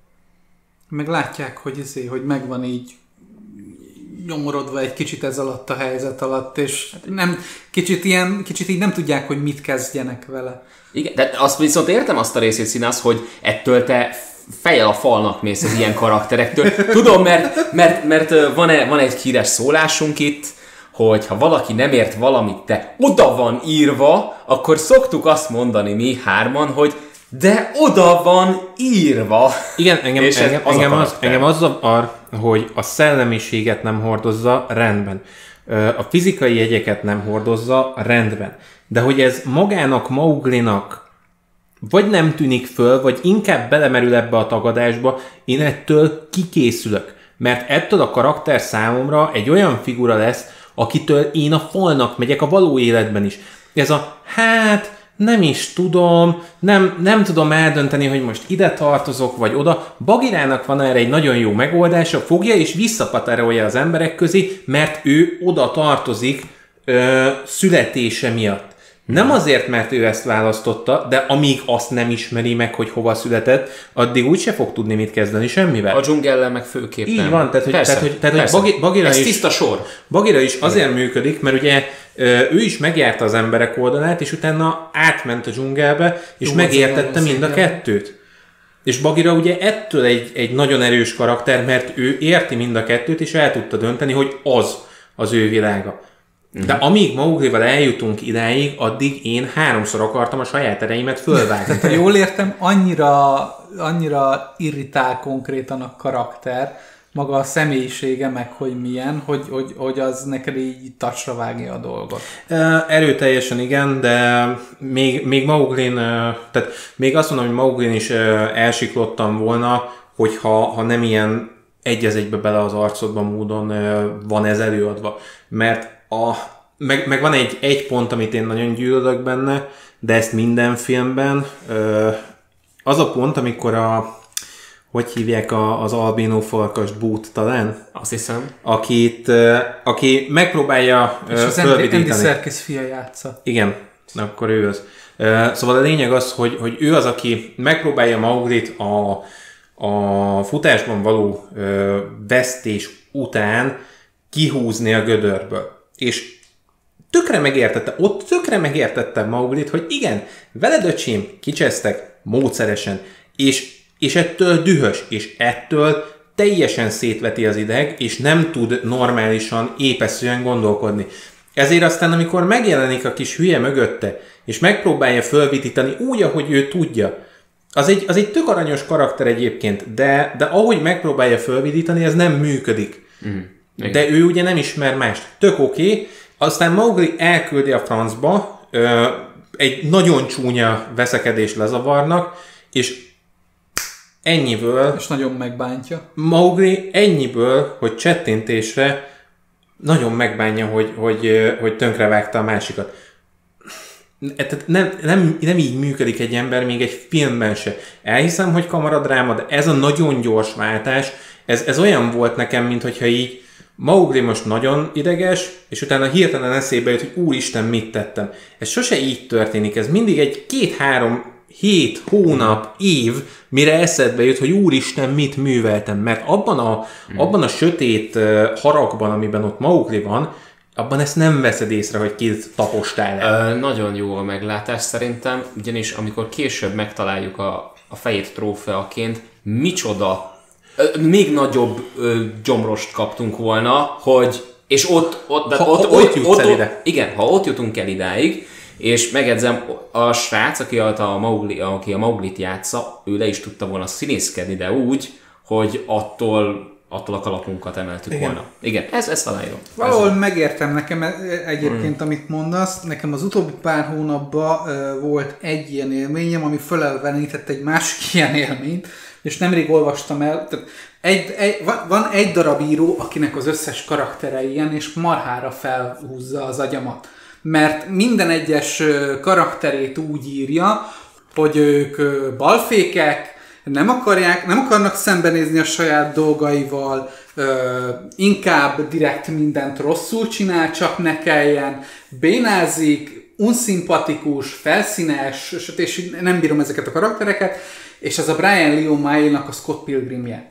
S2: Meg látják, hogy megvan így nyomorodva egy kicsit ez alatt a helyzet alatt, és kicsit így nem tudják, hogy mit kezdjenek vele.
S1: Igen, de azt viszont értem azt a részét, Színász, hogy ettől te fejjel a falnak mész az ilyen karakterektől. Tudom, mert van egy híres szólásunk itt, hogy ha valaki nem ért valamit, de oda van írva, akkor szoktuk azt mondani mi hárman, hogy de oda van írva.
S3: Igen, engem az zavar, hogy a szellemiséget nem hordozza, rendben. A fizikai jegyeket nem hordozza, rendben. De hogy ez magának, Mowglinak vagy nem tűnik föl, vagy inkább belemerül ebbe a tagadásba, én ettől kikészülök. Mert ettől a karakter számomra egy olyan figura lesz, akitől én a falnak megyek a való életben is. Ez nem is tudom, nem tudom eldönteni, hogy most ide tartozok, vagy oda. Bagirának van erre egy nagyon jó megoldása, fogja és visszapaterolja az emberek közé, mert ő oda tartozik születése miatt. Nem azért, mert ő ezt választotta, de amíg azt nem ismeri meg, hogy hova született, addig úgyse fog tudni mit kezdeni semmivel.
S1: A dzsungellel meg főképp
S3: így van, tehát hogy Bagira
S1: ez
S3: is,
S1: tiszta sor.
S3: Bagira is azért működik, mert ugye ő is megjárta az emberek oldalát, és utána átment a dzsungelbe, és megértette mind a kettőt. És Bagira ugye ettől egy nagyon erős karakter, mert ő érti mind a kettőt, és el tudta dönteni, hogy az ő világa. De amíg Mowglival eljutunk idáig, addig én 3-szor akartam a saját ereimet fölvágni.
S2: Jól értem, annyira irritál konkrétan a karakter, maga a személyisége, meg hogy milyen, hogy az neked így tacsra vágja a dolgot.
S3: Erőteljesen igen, de még Mowglin, tehát még azt mondom, hogy Mowglin is elsiklottam volna, hogyha nem ilyen egy az egybe bele az arcodba módon van ez előadva. Mert meg van egy pont, amit én nagyon gyűlölök benne, de ezt minden filmben. Az a pont, amikor hogy hívják az albinó farkast, Boot talán?
S1: Azt hiszem.
S3: Aki megpróbálja fölvidítani.
S2: Andy Serkis fia játsza.
S3: Igen, akkor ő az. Szóval a lényeg az, hogy ő az, aki megpróbálja Mowglit a futásban való vesztés után kihúzni a gödörből. És tökre megértette Mowglit, hogy igen, veled öcsém, kicsesztek módszeresen, és ettől dühös, és ettől teljesen szétveti az ideg, és nem tud normálisan, épeszűen gondolkodni. Ezért aztán, amikor megjelenik a kis hülye mögötte, és megpróbálja fölvitítani úgy, ahogy ő tudja, az egy tök aranyos karakter egyébként, de ahogy megpróbálja fölvidítani, ez nem működik. De ő ugye nem ismer mást. Tök oké. Aztán Mowgli elküldi a francba, egy nagyon csúnya veszekedés lezavarnak, és ennyiből...
S2: És nagyon megbántja.
S3: Mowgli ennyiből, hogy csettintésre nagyon megbánja, hogy tönkrevágta a másikat. Nem így működik egy ember, még egy filmben se. Elhiszem, hogy kamaradráma, de ez a nagyon gyors váltás, ez olyan volt nekem, mintha így Mowgli most nagyon ideges, és utána hirtelen eszébe jut, hogy úristen, mit tettem. Ez sose így történik, ez mindig egy 2-3 hét, hónap, év, mire eszedbe jut, hogy úristen, mit műveltem, mert abban a sötét haragban, amiben ott Mowgli van, abban ezt nem veszed észre, hogy kit tapostál el.
S1: Nagyon jó a meglátás szerintem, ugyanis amikor később megtaláljuk a fejét trófeaként, micsoda, még nagyobb gyomrost kaptunk volna, hogy és ott
S3: jutsz el ide.
S1: Igen, ha ott jutunk el idáig, és megedzem, a srác, aki a Mowglit játsza, ő le is tudta volna színészkedni, de úgy, hogy attól a kalapunkat emeltük volna. Igen, ezt aláírom.
S2: Valahol megértem nekem egyébként, amit mondasz. Nekem az utóbbi pár hónapban volt egy ilyen élményem, ami felelvenített egy másik ilyen élményt, és nemrég olvastam el. Van egy darab író, akinek az összes karaktere ilyen, és marhára felhúzza az agyamat. Mert minden egyes karakterét úgy írja, hogy ők balfékek, nem akarnak szembenézni a saját dolgaival, inkább direkt mindent rosszul csinál, csak ne kelljen, bénázik, unszimpatikus, felszínes, és nem bírom ezeket a karaktereket, és az a Brian Lee O'Malley-nak a Scott Pilgrimje.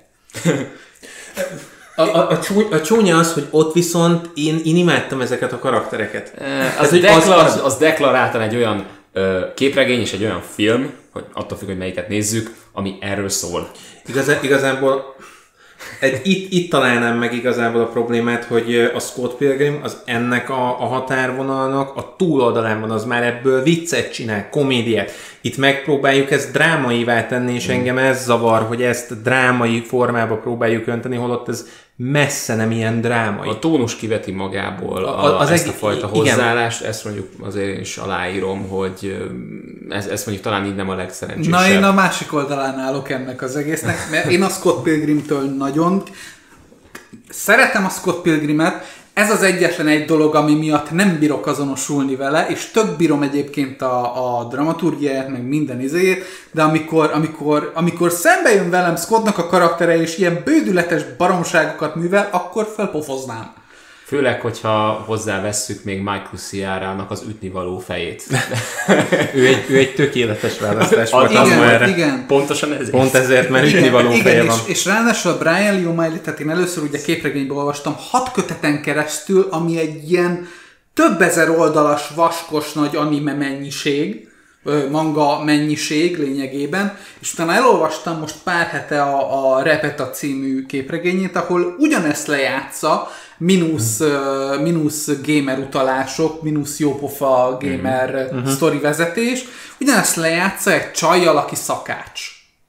S3: A csúnya az, hogy ott viszont én imádtam ezeket a karaktereket.
S1: Az deklaráltan egy olyan képregény és egy olyan film, hogy attól függ, hogy melyiket nézzük, ami erről szól.
S3: Igazából itt találnám meg igazából a problémát, hogy a Scott Pilgrim az ennek a határvonalnak a túloldalán van, az már ebből viccet csinál, komédiát. Itt megpróbáljuk ezt drámaivá tenni, és engem ez zavar, hogy ezt drámai formába próbáljuk önteni, holott ez messze nem ilyen drámai.
S1: A tónus kiveti magából ezt a fajta hozzáállást, ezt mondjuk azért én is aláírom, hogy ezt mondjuk talán így nem a legszerencsésebb.
S2: Na, én a másik oldalán állok ennek az egésznek, mert én a Scott Pilgrimtől nagyon szeretem a Scott Pilgrimet, ez az egyetlen egy dolog, ami miatt nem bírok azonosulni vele, és tök bírom egyébként a dramaturgiáját, meg minden izéjét, de amikor szembe jön velem Scottnak a karaktere, és ilyen bődületes baromságokat művel, akkor felpofoznám.
S1: Főleg, hogyha hozzávesszük még Michael Cera-nak az ütnivaló fejét.
S3: ő egy tökéletes választás volt erre.
S2: Igen.
S1: Pontosan ezért.
S3: Pont ezért, mert ütnivaló feje van.
S2: És ráadásul a Brian Lee O'Malley, tehát én először ugye képregényből olvastam 6 köteten keresztül, ami egy ilyen több ezer oldalas vaskos nagy anime mennyiség, manga mennyiség lényegében, és utána elolvastam most pár hete a Repeta című képregényét, ahol ugyanezt lejátsza, mínusz gamer utalások, mínusz jópofa gamer sztori vezetés, ugyanezt lejátsza egy csajjal, aki szakács.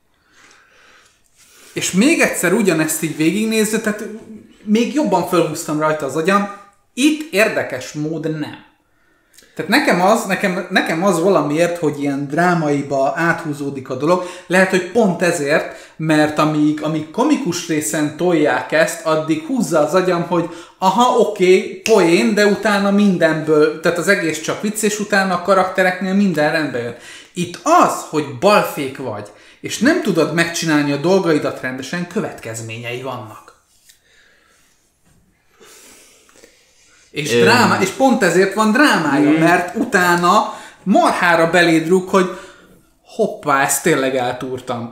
S2: És még egyszer ugyanezt így végignézve, tehát még jobban felhúztam rajta az agyam, itt érdekes mód nem. Tehát nekem az valamiért, hogy ilyen drámaiba áthúzódik a dolog, lehet, hogy pont ezért, mert amíg komikus részen tolják ezt, addig húzza az agyam, hogy oké, poén, de utána mindenből, tehát az egész csak vicc, és utána a karaktereknél minden rendbe jön. Itt az, hogy balfék vagy, és nem tudod megcsinálni a dolgaidat rendesen, következményei vannak. És pont ezért van drámája, mert utána marhára beléd rúg, hogy hoppá, ezt tényleg eltúrtam.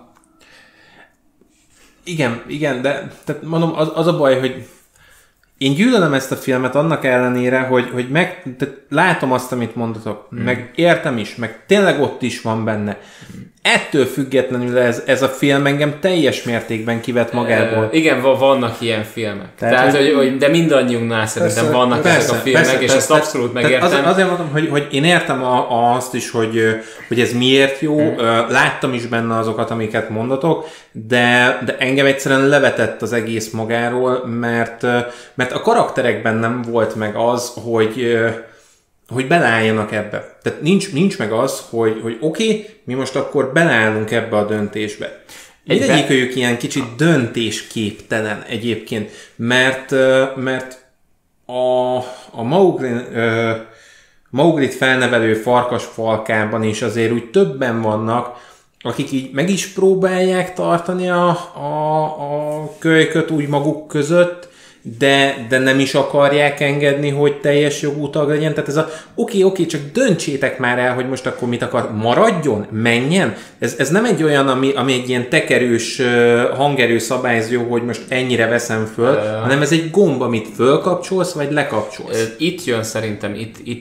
S3: Igen, de tehát mondom, az a baj, hogy én gyűlölöm ezt a filmet annak ellenére, hogy látom azt, amit mondatok, meg értem is, meg tényleg ott is van benne. Ettől függetlenül ez a film engem teljes mértékben kivett magából.
S1: Igen, vannak ilyen filmek. Tehát de mindannyiunknál szerintem vannak ezek a filmek, és ezt abszolút megértem.
S3: Azért mondom, hogy én értem azt is, hogy ez miért jó, láttam is benne azokat, amiket mondatok, de engem egyszerűen levetett az egész magáról, mert a karakterekben nem volt meg az, hogy beleálljanak ebbe. Tehát nincs meg az, hogy oké, mi most akkor beleállunk ebbe a döntésbe. Egyikőjük ilyen kicsit döntésképtelen egyébként, mert a Mowglit felnevelő farkasfalkában is azért úgy többen vannak, akik így meg is próbálják tartani a kölyköt úgy maguk között, de nem is akarják engedni, hogy teljes jogú tag legyen. Tehát ez a oké, csak döntsétek már el, hogy most akkor mit akar. Maradjon? Menjen? Ez nem egy olyan, ami egy ilyen tekerős hangerő szabályzó, hogy most ennyire veszem föl, hanem ez egy gomb, amit fölkapcsolsz, vagy lekapcsolsz.
S1: Itt jön szerintem,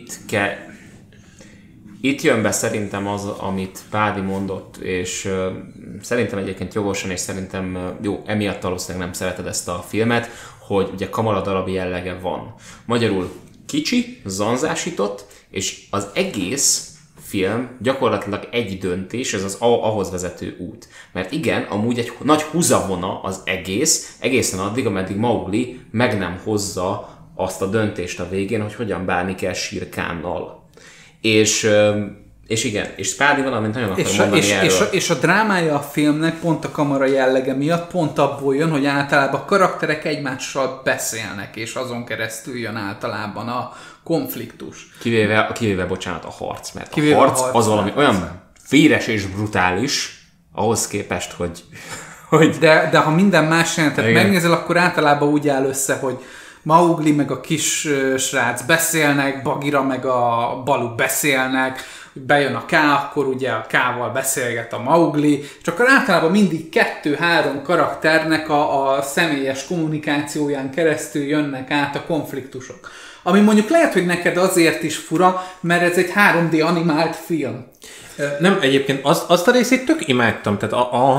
S1: itt jön be szerintem az, amit Pádi mondott, és szerintem egyébként jogosan, és szerintem jó, emiatt valószínűleg nem szereted ezt a filmet, hogy ugye kamaradarabi jellege van. Magyarul kicsi, zanzásított, és az egész film gyakorlatilag egy döntés, ez az ahhoz vezető út. Mert igen, amúgy egy nagy húzavona az egészen addig, ameddig Mowgli meg nem hozza azt a döntést a végén, hogy hogyan bánni kell Shere Khannal. És igen, és Spádi valamint nagyon akar mondani erről.
S2: És a drámája a filmnek pont a kamara jellege miatt pont abból jön, hogy általában a karakterek egymással beszélnek, és azon keresztül jön általában a konfliktus.
S1: Kivéve bocsánat, a harc, mert a harc az valami olyan véres és brutális, ahhoz képest, hogy...
S2: De ha minden más jelentet megnézel, akkor általában úgy áll össze, hogy Mowgli meg a kis srác beszélnek, Bagheera meg a Baloo beszélnek, bejön a K, akkor ugye a K-val beszélget a Mowgli, és akkor általában mindig 2-3 karakternek a személyes kommunikációján keresztül jönnek át a konfliktusok. Ami mondjuk lehet, hogy neked azért is fura, mert ez egy 3D animált film.
S3: Nem, egyébként azt a részét tök imádtam, tehát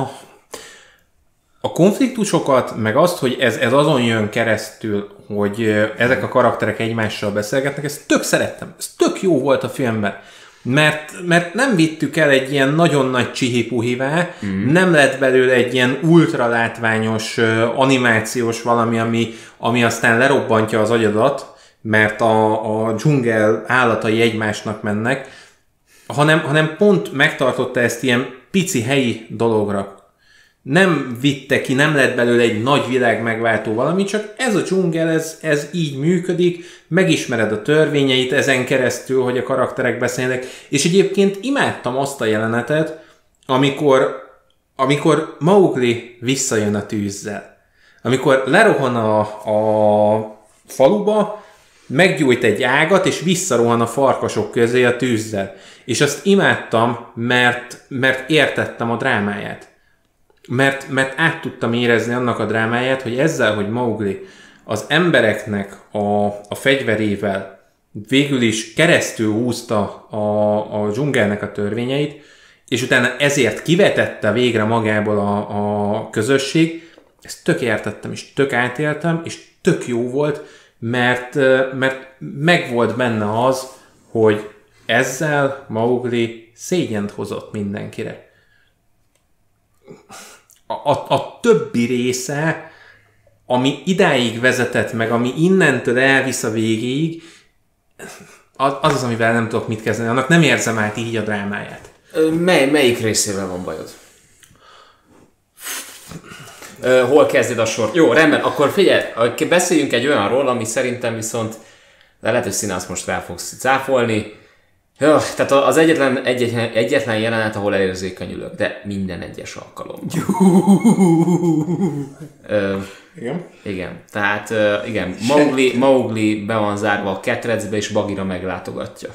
S3: a konfliktusokat, meg azt, hogy ez azon jön keresztül, hogy ezek a karakterek egymással beszélgetnek, ezt tök szerettem. Ez tök jó volt a filmben. Mert nem vittük el egy ilyen nagyon nagy csihipuhivá, nem lett belőle egy ilyen ultra látványos animációs valami, ami aztán lerobbantja az agyadat, mert a dzsungel állatai egymásnak mennek, hanem pont megtartotta ezt ilyen pici helyi dologra. Nem vitte ki, nem lett belőle egy nagy világ megváltó valami, csak ez a dzsungel, ez így működik, megismered a törvényeit ezen keresztül, hogy a karakterek beszélnek, és egyébként imádtam azt a jelenetet, amikor Mowgli visszajön a tűzzel. Amikor lerohan a faluba, meggyújt egy ágat, és visszarohan a farkasok közé a tűzzel. És azt imádtam, mert értettem a drámáját. Mert át tudtam érezni annak a drámáját, hogy ezzel, hogy Mowgli az embereknek a fegyverével végül is keresztül húzta a dzsungelnek a törvényeit, és utána ezért kivetette végre magából a közösség, ezt tök értettem, és tök átéltem, és tök jó volt, mert meg volt benne az, hogy ezzel Mowgli szégyent hozott mindenkire. A többi része, ami idáig vezetett meg, ami innentől elvisz a végéig, az, amivel nem tudok mit kezdeni, annak nem érzem át így a drámáját.
S1: Melyik részével van bajod? Hol kezded a sort? Jó, rendben, akkor figyelj, beszéljünk egy olyanról, ami szerintem viszont, de lehet, hogy Színász most rá fogsz cáfolni. Ja, tehát az egyetlen jelenet, ahol elérzékenyülök, de minden egyes alkalommal.
S3: Igen?
S1: Igen, tehát igen, Mowgli be van zárva a ketrecbe, és Bagheera meglátogatja.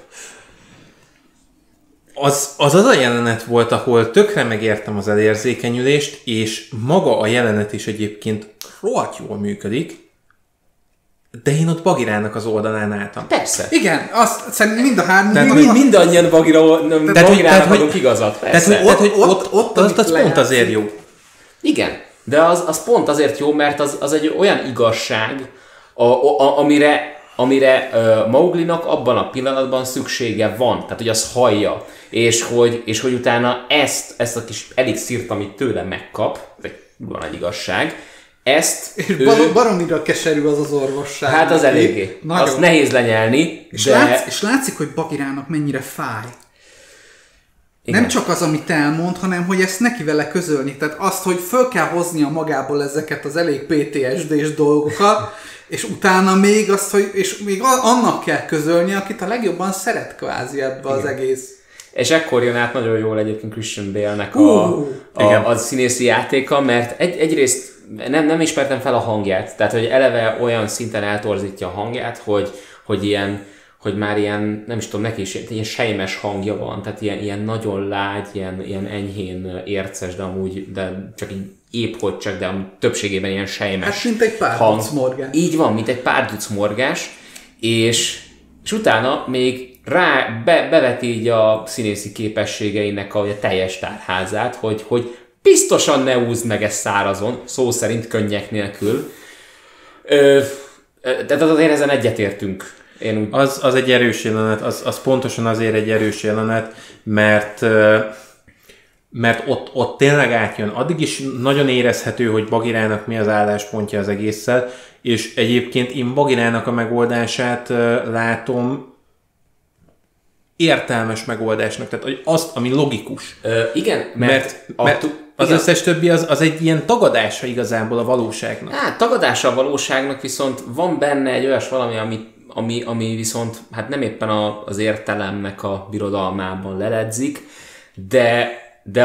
S3: Az a jelenet volt, ahol tökre megértem az elérzékenyülést, és maga a jelenet is egyébként rohadt jól működik, de én ott Bagheerának az oldalán álltam.
S1: Persze.
S2: Igen, azt szerintem mind a három...
S1: Mindannyian Bagheerának adunk igazat, persze.
S3: Tehát, hogy ott az pont azért jó.
S1: Igen, de az pont azért jó, mert az egy olyan igazság, amire Mowglinak abban a pillanatban szüksége van. Tehát, hogy az hallja. És hogy utána ezt a kis elixírt, amit tőle megkap, ez egy van egy igazság, ezt
S2: és baromira keserű az orvosság.
S1: Hát az eléggé. Nagyon. Azt nehéz lenyelni,
S2: és látszik, hogy Bagheerának mennyire fáj. Igen. Nem csak az, amit elmond, hanem hogy ezt neki vele közölni. Tehát azt, hogy föl kell hoznia magából ezeket az elég PTSD-s dolgokat, és utána még azt, hogy és még annak kell közölni, akit a legjobban szeret kvázi ebbe az egész.
S1: És ekkor jön át nagyon jól egyébként Christian Bale-nek a színészi játéka, mert egyrészt nem ismertem fel a hangját, tehát hogy eleve olyan szinten eltorzítja a hangját, hogy már ilyen, nem is tudom, neki is ilyen sejmes hangja van, tehát ilyen nagyon lágy, ilyen enyhén érces, de csak így épp hogy csak, de többségében ilyen sejmes.
S2: Hát mint egy párduc morgás.
S1: Így van, mint egy párduc morgás, és utána még beveti így a színészi képességeinek a teljes tárházát, hogy biztosan ne úszd meg ezt szárazon, szó szerint könnyek nélkül. Tehát azért ezen egyetértünk.
S3: Az egy erős jelenet, az pontosan azért egy erős jelenet, mert ott tényleg átjön. Addig is nagyon érezhető, hogy Bagirának mi az álláspontja az egésszel, és egyébként én Bagirának a megoldását látom értelmes megoldásnak, tehát azt, ami logikus.
S1: Igen,
S3: mert az összes többi az egy ilyen tagadása igazából a valóságnak.
S1: Hát tagadása a valóságnak, viszont van benne egy olyas valami, ami viszont hát nem éppen az értelemnek a birodalmában leledzik, de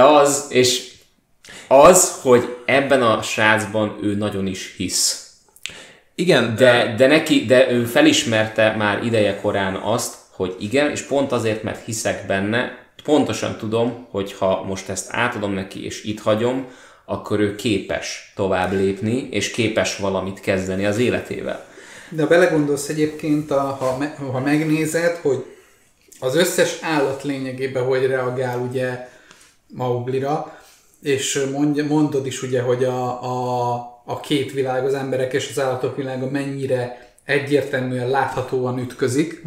S1: az, hogy ebben a srácban ő nagyon is hisz.
S3: Igen.
S1: De ő felismerte már ideje korán azt, hogy igen, és pont azért, mert hiszek benne, pontosan tudom, hogy ha most ezt átadom neki, és itt hagyom, akkor ő képes tovább lépni, és képes valamit kezdeni az életével.
S2: De ha belegondolsz egyébként, ha megnézed, hogy az összes állat lényegében hogy reagál ugye Mauglira, és mondod is ugye, hogy a két világ, az emberek és az állatok világa mennyire egyértelműen láthatóan ütközik,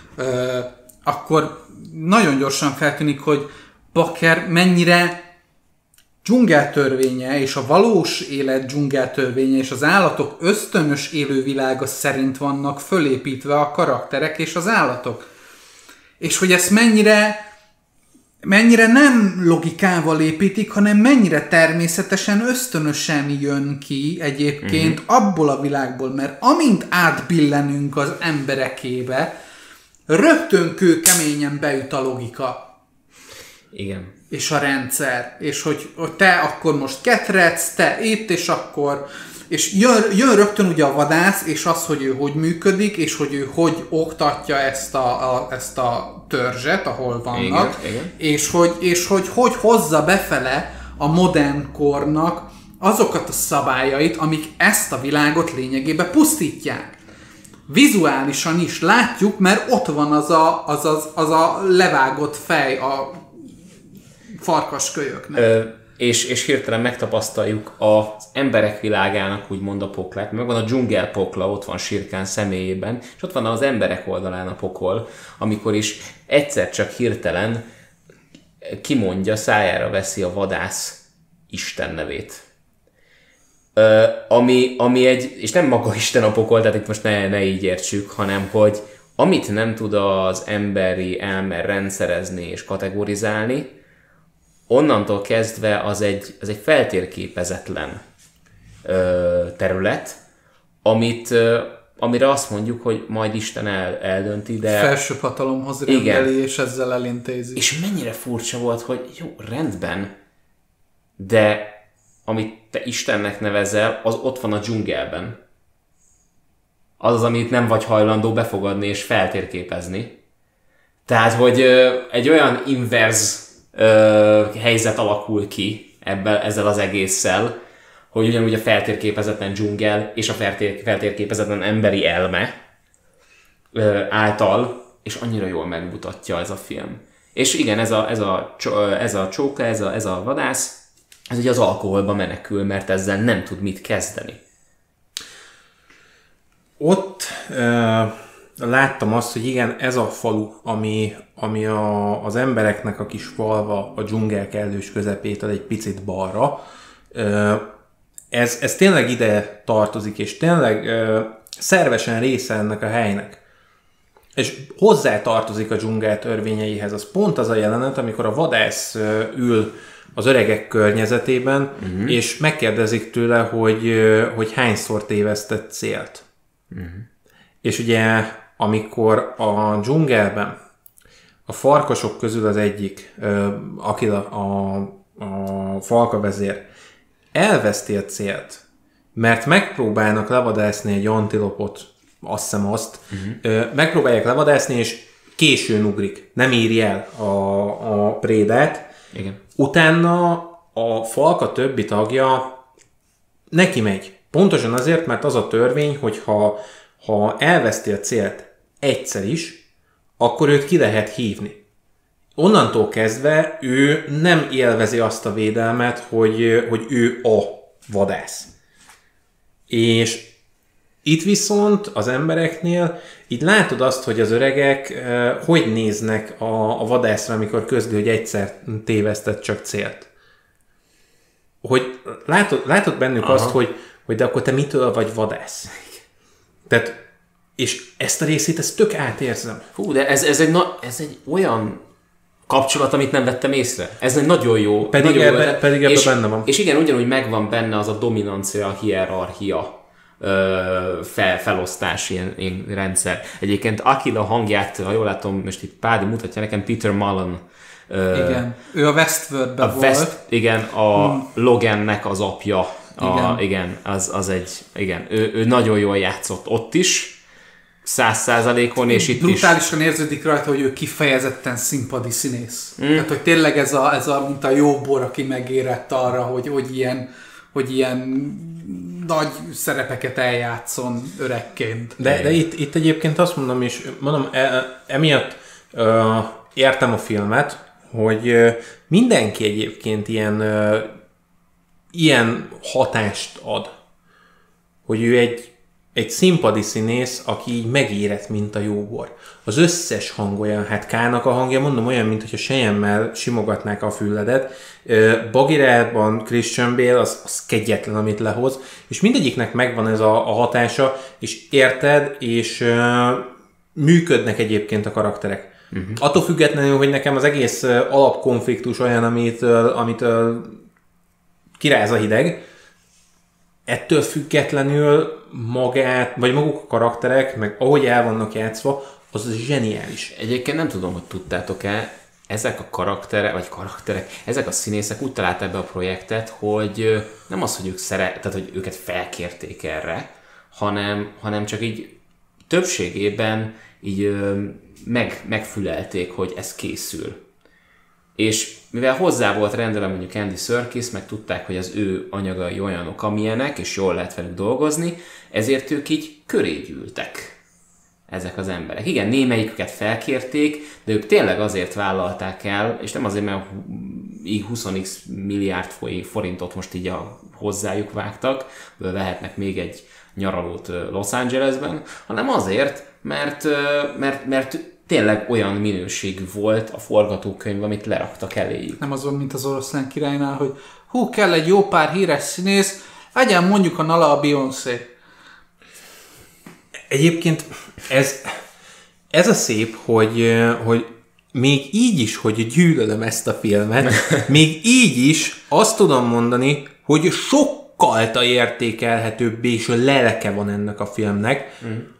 S2: akkor nagyon gyorsan feltűnik, hogy Bakker mennyire dzsungeltörvénye és a valós élet dzsungeltörvénye és az állatok ösztönös élővilága szerint vannak fölépítve a karakterek és az állatok. És hogy ezt mennyire nem logikával építik, hanem mennyire természetesen, ösztönösen jön ki egyébként abból a világból, mert amint átbillenünk az emberekébe, rögtön kőkeményen beüt a logika.
S1: Igen.
S2: És a rendszer. És hogy te akkor most ketredsz, te itt, és akkor... És jön rögtön ugye a vadász, és az, hogy ő hogy működik, és hogy ő hogy oktatja ezt a törzset, ahol vannak,
S1: igen.
S2: És hogy hozza befele a modern kornak azokat a szabályait, amik ezt a világot lényegében pusztítják. Vizuálisan is látjuk, mert ott van az a levágott fej a farkaskölyöknek.
S1: És hirtelen megtapasztaljuk az emberek világának úgymond a poklát. Meg van a dzsungel pokla, ott van Shere személyében, és ott van az emberek oldalán a pokol, amikor is egyszer csak hirtelen kimondja, szájára veszi a vadász Isten nevét. Ami egy, és nem maga Isten a pokol, tehát itt most ne így értsük, hanem hogy amit nem tud az emberi elme rendszerezni és kategorizálni, onnantól kezdve az egy feltérképezetlen terület, amire azt mondjuk, hogy majd Isten eldönti, de...
S2: Felsőbb hatalomhoz rendeli, és ezzel elintézi.
S1: És mennyire furcsa volt, hogy jó, rendben, de amit te Istennek nevezel, az ott van a dzsungelben. Az, amit nem vagy hajlandó befogadni és feltérképezni. Tehát, hogy egy olyan inverz helyzet alakul ki ezzel az egésszel, hogy ugyanúgy a feltérképezetlen dzsungel és a feltérképezetlen emberi elme által, és annyira jól megmutatja ez a film. És igen, ez a csóka, ez a vadász, ez ugye az alkoholba menekül, mert ezzel nem tud mit kezdeni.
S3: Ott láttam azt, hogy igen, ez a falu, ami az embereknek a kis falva a dzsungel kellős közepétől egy picit balra, ez tényleg ide tartozik, és tényleg szervesen része ennek a helynek. És hozzá tartozik a dzsungel törvényeihez. Az pont az a jelenet, amikor a vadász ül az öregek környezetében, és megkérdezik tőle, hogy hányszor tévesztett célt. És ugye, amikor a dzsungelben a farkasok közül az egyik, aki a falkavezér, elveszti a célt, mert megpróbálnak levadászni egy antilopot, azt hiszem megpróbálják levadászni, és későn ugrik, nem írja el a prédát.
S1: Igen.
S3: Utána a falka többi tagja neki megy. Pontosan azért, mert az a törvény, hogy ha elveszti a célt egyszer is, akkor őt ki lehet hívni. Onnantól kezdve ő nem élvezi azt a védelmet, hogy ő a vadász. És itt viszont az embereknél így látod azt, hogy az öregek hogy néznek a vadászra, amikor közli, hogy egyszer tévesztett csak célt. Hogy látod bennük azt, hogy de akkor te mitől vagy vadász? Tehát, és ezt a részét, ezt tök átérzem.
S1: Hú, de ez egy olyan kapcsolat, amit nem vettem észre. Ez egy nagyon jó.
S3: Pedig ebben benne van.
S1: És igen, ugyanúgy megvan benne az a dominancia, a hierarchia felosztás ilyen rendszer. Egyébként Akila hangját, ha jól látom, most itt Pádi mutatja nekem, Peter Mullen.
S2: Igen, ő a Westworldben volt.
S1: Igen, a Logannek az apja. Igen, ő nagyon jól játszott ott is, 100%-on, és itt
S2: brutálisan érződik rajta, hogy ő kifejezetten színpadi színész. Tehát, hogy tényleg ez a mint a jó bor, aki megérett arra, hogy ilyen nagy szerepeket eljátszon öregként.
S3: De itt egyébként azt mondom, és mondom, emiatt értem a filmet, hogy mindenki egyébként ilyen hatást ad, hogy ő egy színpadi színész, aki így megérett, mint a jóbor. Az összes hang olyan, hát K-nak a hangja, mondom, olyan, mint hogyha sejemmel simogatnák a füledet. Bagirában Christian Bale, az kegyetlen, amit lehoz, és mindegyiknek megvan ez a hatása, és érted, és működnek egyébként a karakterek. Uh-huh. Attól függetlenül, hogy nekem az egész alapkonfliktus olyan, amit kiráz a hideg, ettől függetlenül maguk a karakterek, meg ahogy el vannak játszva, az zseniális.
S1: Egyébként nem tudom, hogy tudtátok-e, ezek a karakterek, ezek a színészek úgy találták be a projektet, hogy nem az, hogy ők tehát hogy őket felkérték erre, hanem csak így többségében így megfülelték, hogy ez készül. És mivel hozzá volt rendelve mondjuk Andy Serkis, meg tudták, hogy az ő anyagai olyanok, amilyenek, és jól lehet velük dolgozni, ezért ők így köré gyűltek, ezek az emberek. Igen, némelyiküket felkérték, de ők tényleg azért vállalták el, és nem azért, mert így 20x milliárd forintot most így hozzájuk vágtak, vehetnek még egy nyaralót Los Angelesben, hanem azért, mert tényleg olyan minőségű volt a forgatókönyv, amit leraktak eléjük.
S2: Nem az van, mint az Oroszlán királynál, hogy kell egy jó pár híres színész, legyen mondjuk a Nala a Beyoncé.
S3: Egyébként ez a szép, hogy még így is, hogy gyűlölöm ezt a filmet, még így is azt tudom mondani, hogy sokkal értékelhetőbb és lelke van ennek a filmnek,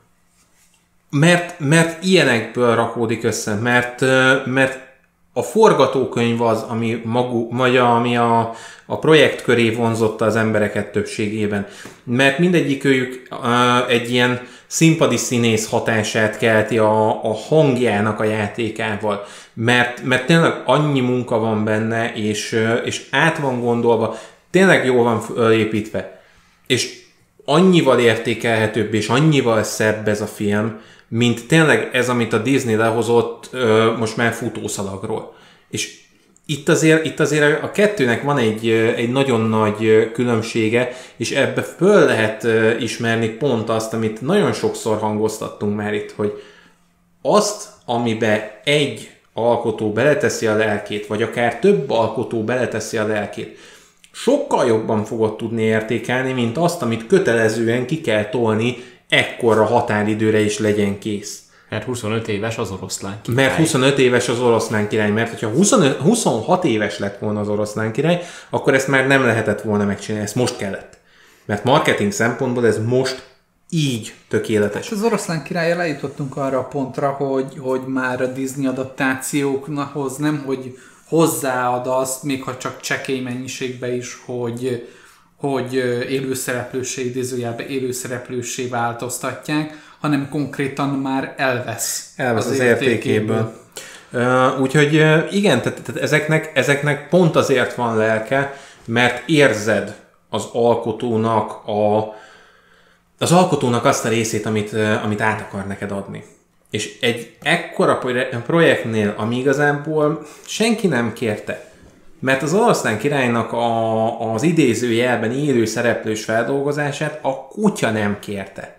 S3: mert ilyenekből rakódik össze, mert a forgatókönyv az, ami a projekt köré vonzotta az embereket többségében. Mert mindegyikőjük egy ilyen színpadi színész hatását kelti a hangjának a játékával. Mert tényleg annyi munka van benne, és át van gondolva, tényleg jól van építve. És annyival értékelhetőbb, és annyival szebb ez a film, mint tényleg ez, amit a Disney lehozott most már futószalagról. És itt azért a kettőnek van egy nagyon nagy különbsége, és ebbe föl lehet ismerni pont azt, amit nagyon sokszor hangoztattunk már itt, hogy azt, amiben egy alkotó beleteszi a lelkét, vagy akár több alkotó beleteszi a lelkét, sokkal jobban fogod tudni értékelni, mint azt, amit kötelezően ki kell tolni ekkorra határidőre is legyen kész.
S1: Mert 25 éves az oroszlán király.
S3: Mert 25 éves az oroszlán király, mert hogyha 26 éves lett volna az oroszlán király, akkor ezt már nem lehetett volna megcsinálni, ezt most kellett. Mert marketing szempontból ez most így tökéletes.
S2: Az oroszlán királlyal eljutottunk arra a pontra, hogy már a Disney adaptációkhoz nem, hogy hozzáad azt, még ha csak csekély mennyiségbe is, hogy élőszereplősé, idézőjelben élőszereplősé változtatják, hanem konkrétan már elvesz
S3: az értékéből. Úgyhogy igen, tehát ezeknek pont azért van lelke, mert érzed az alkotónak azt a részét, amit át akar neked adni. És egy ekkora projektnél, ami igazából senki nem kérte, mert az Oroszlán királynak az idézőjelben élő szereplős feldolgozását a kutya nem kérte.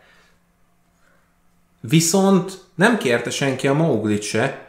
S3: Viszont nem kérte senki a Mauglit se,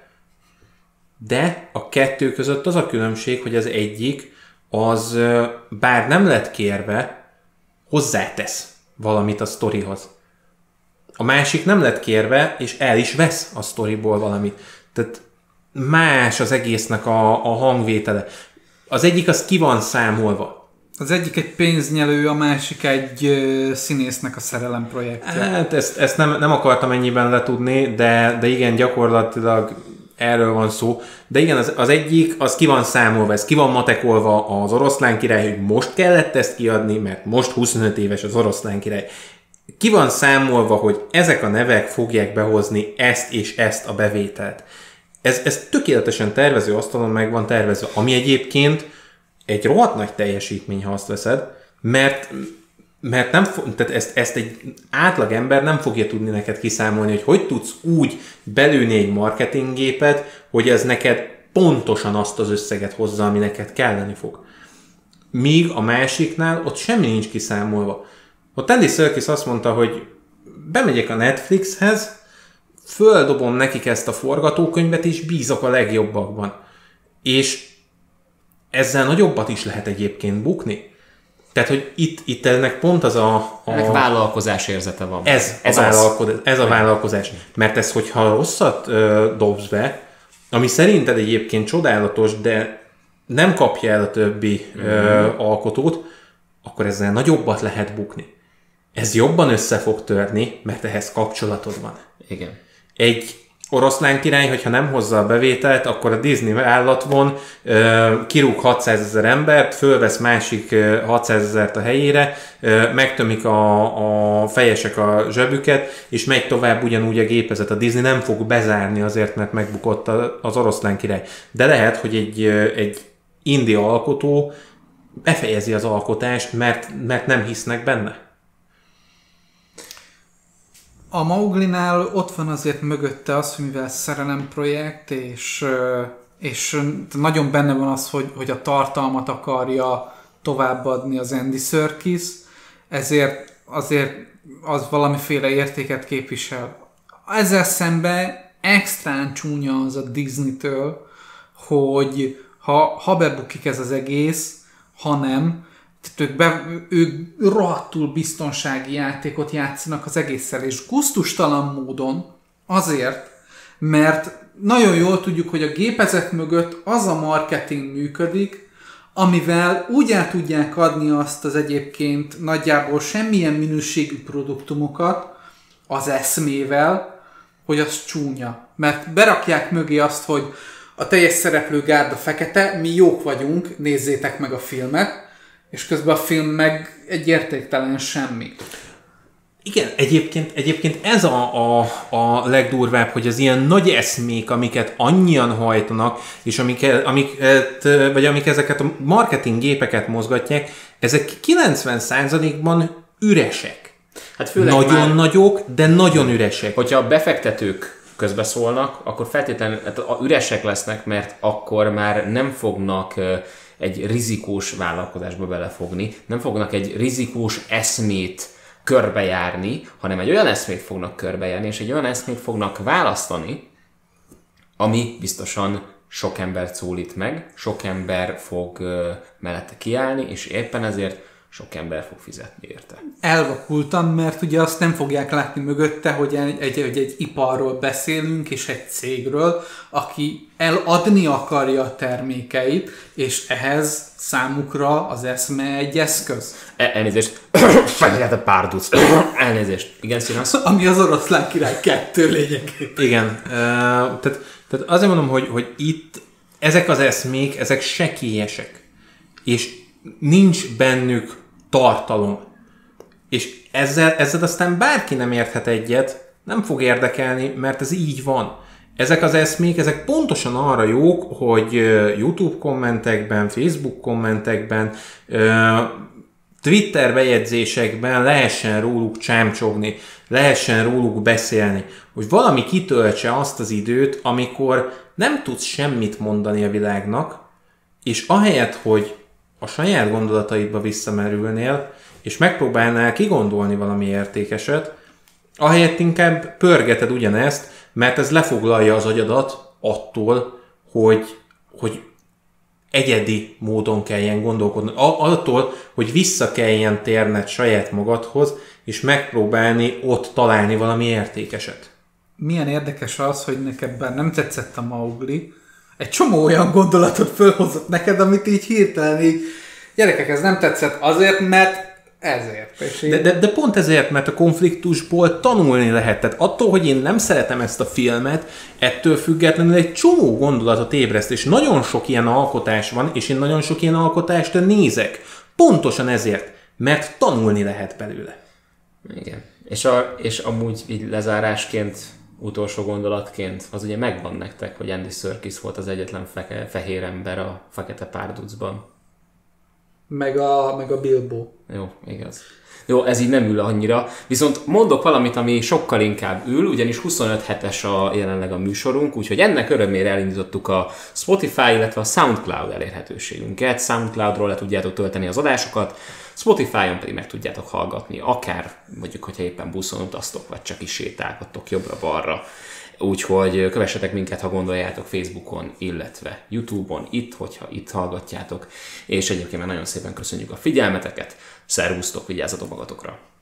S3: de a kettő között az a különbség, hogy az egyik, az bár nem lett kérve, hozzátesz valamit a sztorihoz. A másik nem lett kérve, és el is vesz a sztoriból valamit. Tehát más az egésznek a hangvétele. Az egyik az ki van számolva.
S2: Az egyik egy pénznyelő, a másik egy színésznek a szerelem projektje.
S3: Hát ezt nem akartam ennyiben letudni, de igen, gyakorlatilag erről van szó. De igen, az egyik, az ki van számolva, ez ki van matekolva az Oroszlán király, hogy most kellett ezt kiadni, mert most 25 éves az Oroszlán király. Ki van számolva, hogy ezek a nevek fogják behozni ezt és ezt a bevételt. Ez tökéletesen tervező asztalon meg van tervezve, ami egyébként egy rohadt nagy teljesítmény, ha azt veszed, mert tehát ezt egy átlag ember nem fogja tudni neked kiszámolni, hogy tudsz úgy belőni egy marketinggépet, hogy ez neked pontosan azt az összeget hozza, ami neked kelleni fog. Míg a másiknál ott semmi nincs kiszámolva. Ott Andy Serkis azt mondta, hogy bemegyek a Netflixhez, földobom nekik ezt a forgatókönyvet, és bízok a legjobbakban. És ezzel nagyobbat is lehet egyébként bukni. Tehát, hogy itt ennek pont az
S1: ennek vállalkozás érzete van.
S3: Ez a vállalkozás. Mert ez, hogyha rosszat dobsz be, ami szerinted egyébként csodálatos, de nem kapja el a többi alkotót, akkor ezzel nagyobbat lehet bukni. Ez jobban össze fog törni, mert ehhez kapcsolatod van.
S1: Igen.
S3: Egy Oroszlán király, hogyha nem hozza a bevételt, akkor a Disney vállalaton kirúg 600 000 embert, fölvesz másik 600 000-t a helyére, megtömik a fejesek a zsebüket, és megy tovább ugyanúgy a gépezet. A Disney nem fog bezárni azért, mert megbukott az Oroszlán király. De lehet, hogy egy indie alkotó befejezi az alkotást, mert nem hisznek benne.
S2: A Mauglinál ott van azért mögötte az, hogy mivel szerelem projekt, és nagyon benne van az, hogy a tartalmat akarja továbbadni az Andy Serkis, ezért azért az valamiféle értéket képvisel. Ezzel szemben extrán csúnya az a Disney-től, hogy ha bebukik ez az egész, ha nem, ők rohadtul biztonsági játékot játszanak az egésszel, és gusztustalan módon azért, mert nagyon jól tudjuk, hogy a gépezet mögött az a marketing működik, amivel úgy el tudják adni azt az egyébként nagyjából semmilyen minőségű produktumokat az eszmével, hogy az csúnya. Mert berakják mögé azt, hogy a teljes szereplő gárda fekete, mi jók vagyunk, nézzétek meg a filmet, és közben a film meg egy értéktelen semmi.
S3: Igen, egyébként ez a legdurvább, hogy az ilyen nagy eszmék, amiket annyian hajtanak, és amik ezeket a marketing gépeket mozgatják, ezek 90%-ban üresek. Hát főleg nagyon nagyok, de nagyon üresek.
S1: Hogyha a befektetők közbeszólnak, akkor feltétlenül üresek lesznek, mert akkor már nem fognak egy rizikós vállalkozásba belefogni, nem fognak egy rizikós eszmét körbejárni, hanem egy olyan eszmét fognak körbejárni, és egy olyan eszmét fognak választani, ami biztosan sok embert szólít meg, sok ember fog mellette kiállni, és éppen ezért sok ember fog fizetni érte.
S2: Elvakultam, mert ugye azt nem fogják látni mögötte, hogy egy iparról beszélünk, és egy cégről, aki eladni akarja a termékeit, és ehhez számukra az eszme egy eszköz.
S1: Elnézést. Fejlett a párduc. Elnézést. Igen, színasz?
S2: Ami az Oroszlán király 2 lényegében.
S3: Igen. Tehát azért mondom, hogy itt ezek az eszmék, ezek sekélyesek. És nincs bennük tartalom. És ezzel aztán bárki nem érthet egyet, nem fog érdekelni, mert ez így van. Ezek az eszmék, ezek pontosan arra jók, hogy YouTube kommentekben, Facebook kommentekben, Twitter bejegyzésekben lehessen róluk csámcsogni, lehessen róluk beszélni, hogy valami kitöltse azt az időt, amikor nem tudsz semmit mondani a világnak, és ahelyett, hogy a saját gondolataidba visszamerülnél, és megpróbálnál kigondolni valami értékeset, ahelyett inkább pörgeted ugyanezt, mert ez lefoglalja az agyadat attól, hogy egyedi módon kelljen gondolkodni. Attól, hogy vissza kelljen térned saját magadhoz, és megpróbálni ott találni valami értékeset.
S2: Milyen érdekes az, hogy neked bár nem tetszett a Mowgli, egy csomó olyan gondolatot fölhozott neked, amit így hirtelen így, gyerekek, ez nem tetszett azért, mert ezért.
S3: De pont ezért, mert a konfliktusból tanulni lehet. Tehát attól, hogy én nem szeretem ezt a filmet, ettől függetlenül egy csomó gondolatot ébreszt, és nagyon sok ilyen alkotás van, és én nagyon sok ilyen alkotást nézek. Pontosan ezért, mert tanulni lehet belőle.
S1: Igen. És amúgy így lezárásként, utolsó gondolatként, az ugye megvan nektek, hogy Andy Serkis volt az egyetlen fehér ember a Fekete Párducban.
S2: Meg a Bilbo.
S1: Jó, igaz. Jó, ez így nem ül annyira. Viszont mondok valamit, ami sokkal inkább ül, ugyanis 25 hetes jelenleg a műsorunk, úgyhogy ennek örömére elindítottuk a Spotify, illetve a SoundCloud elérhetőségünket. SoundCloudról le tudjátok tölteni az adásokat, Spotify-on pedig meg tudjátok hallgatni, akár mondjuk, hogyha éppen buszon utaztok, vagy csak is sétálgattok jobbra-balra. Úgyhogy kövessetek minket, ha gondoljátok, Facebookon, illetve YouTube-on, hogyha itt hallgatjátok. És egyébként már nagyon szépen köszönjük a figyelmeteket. Szervusztok, vigyázzatok magatokra!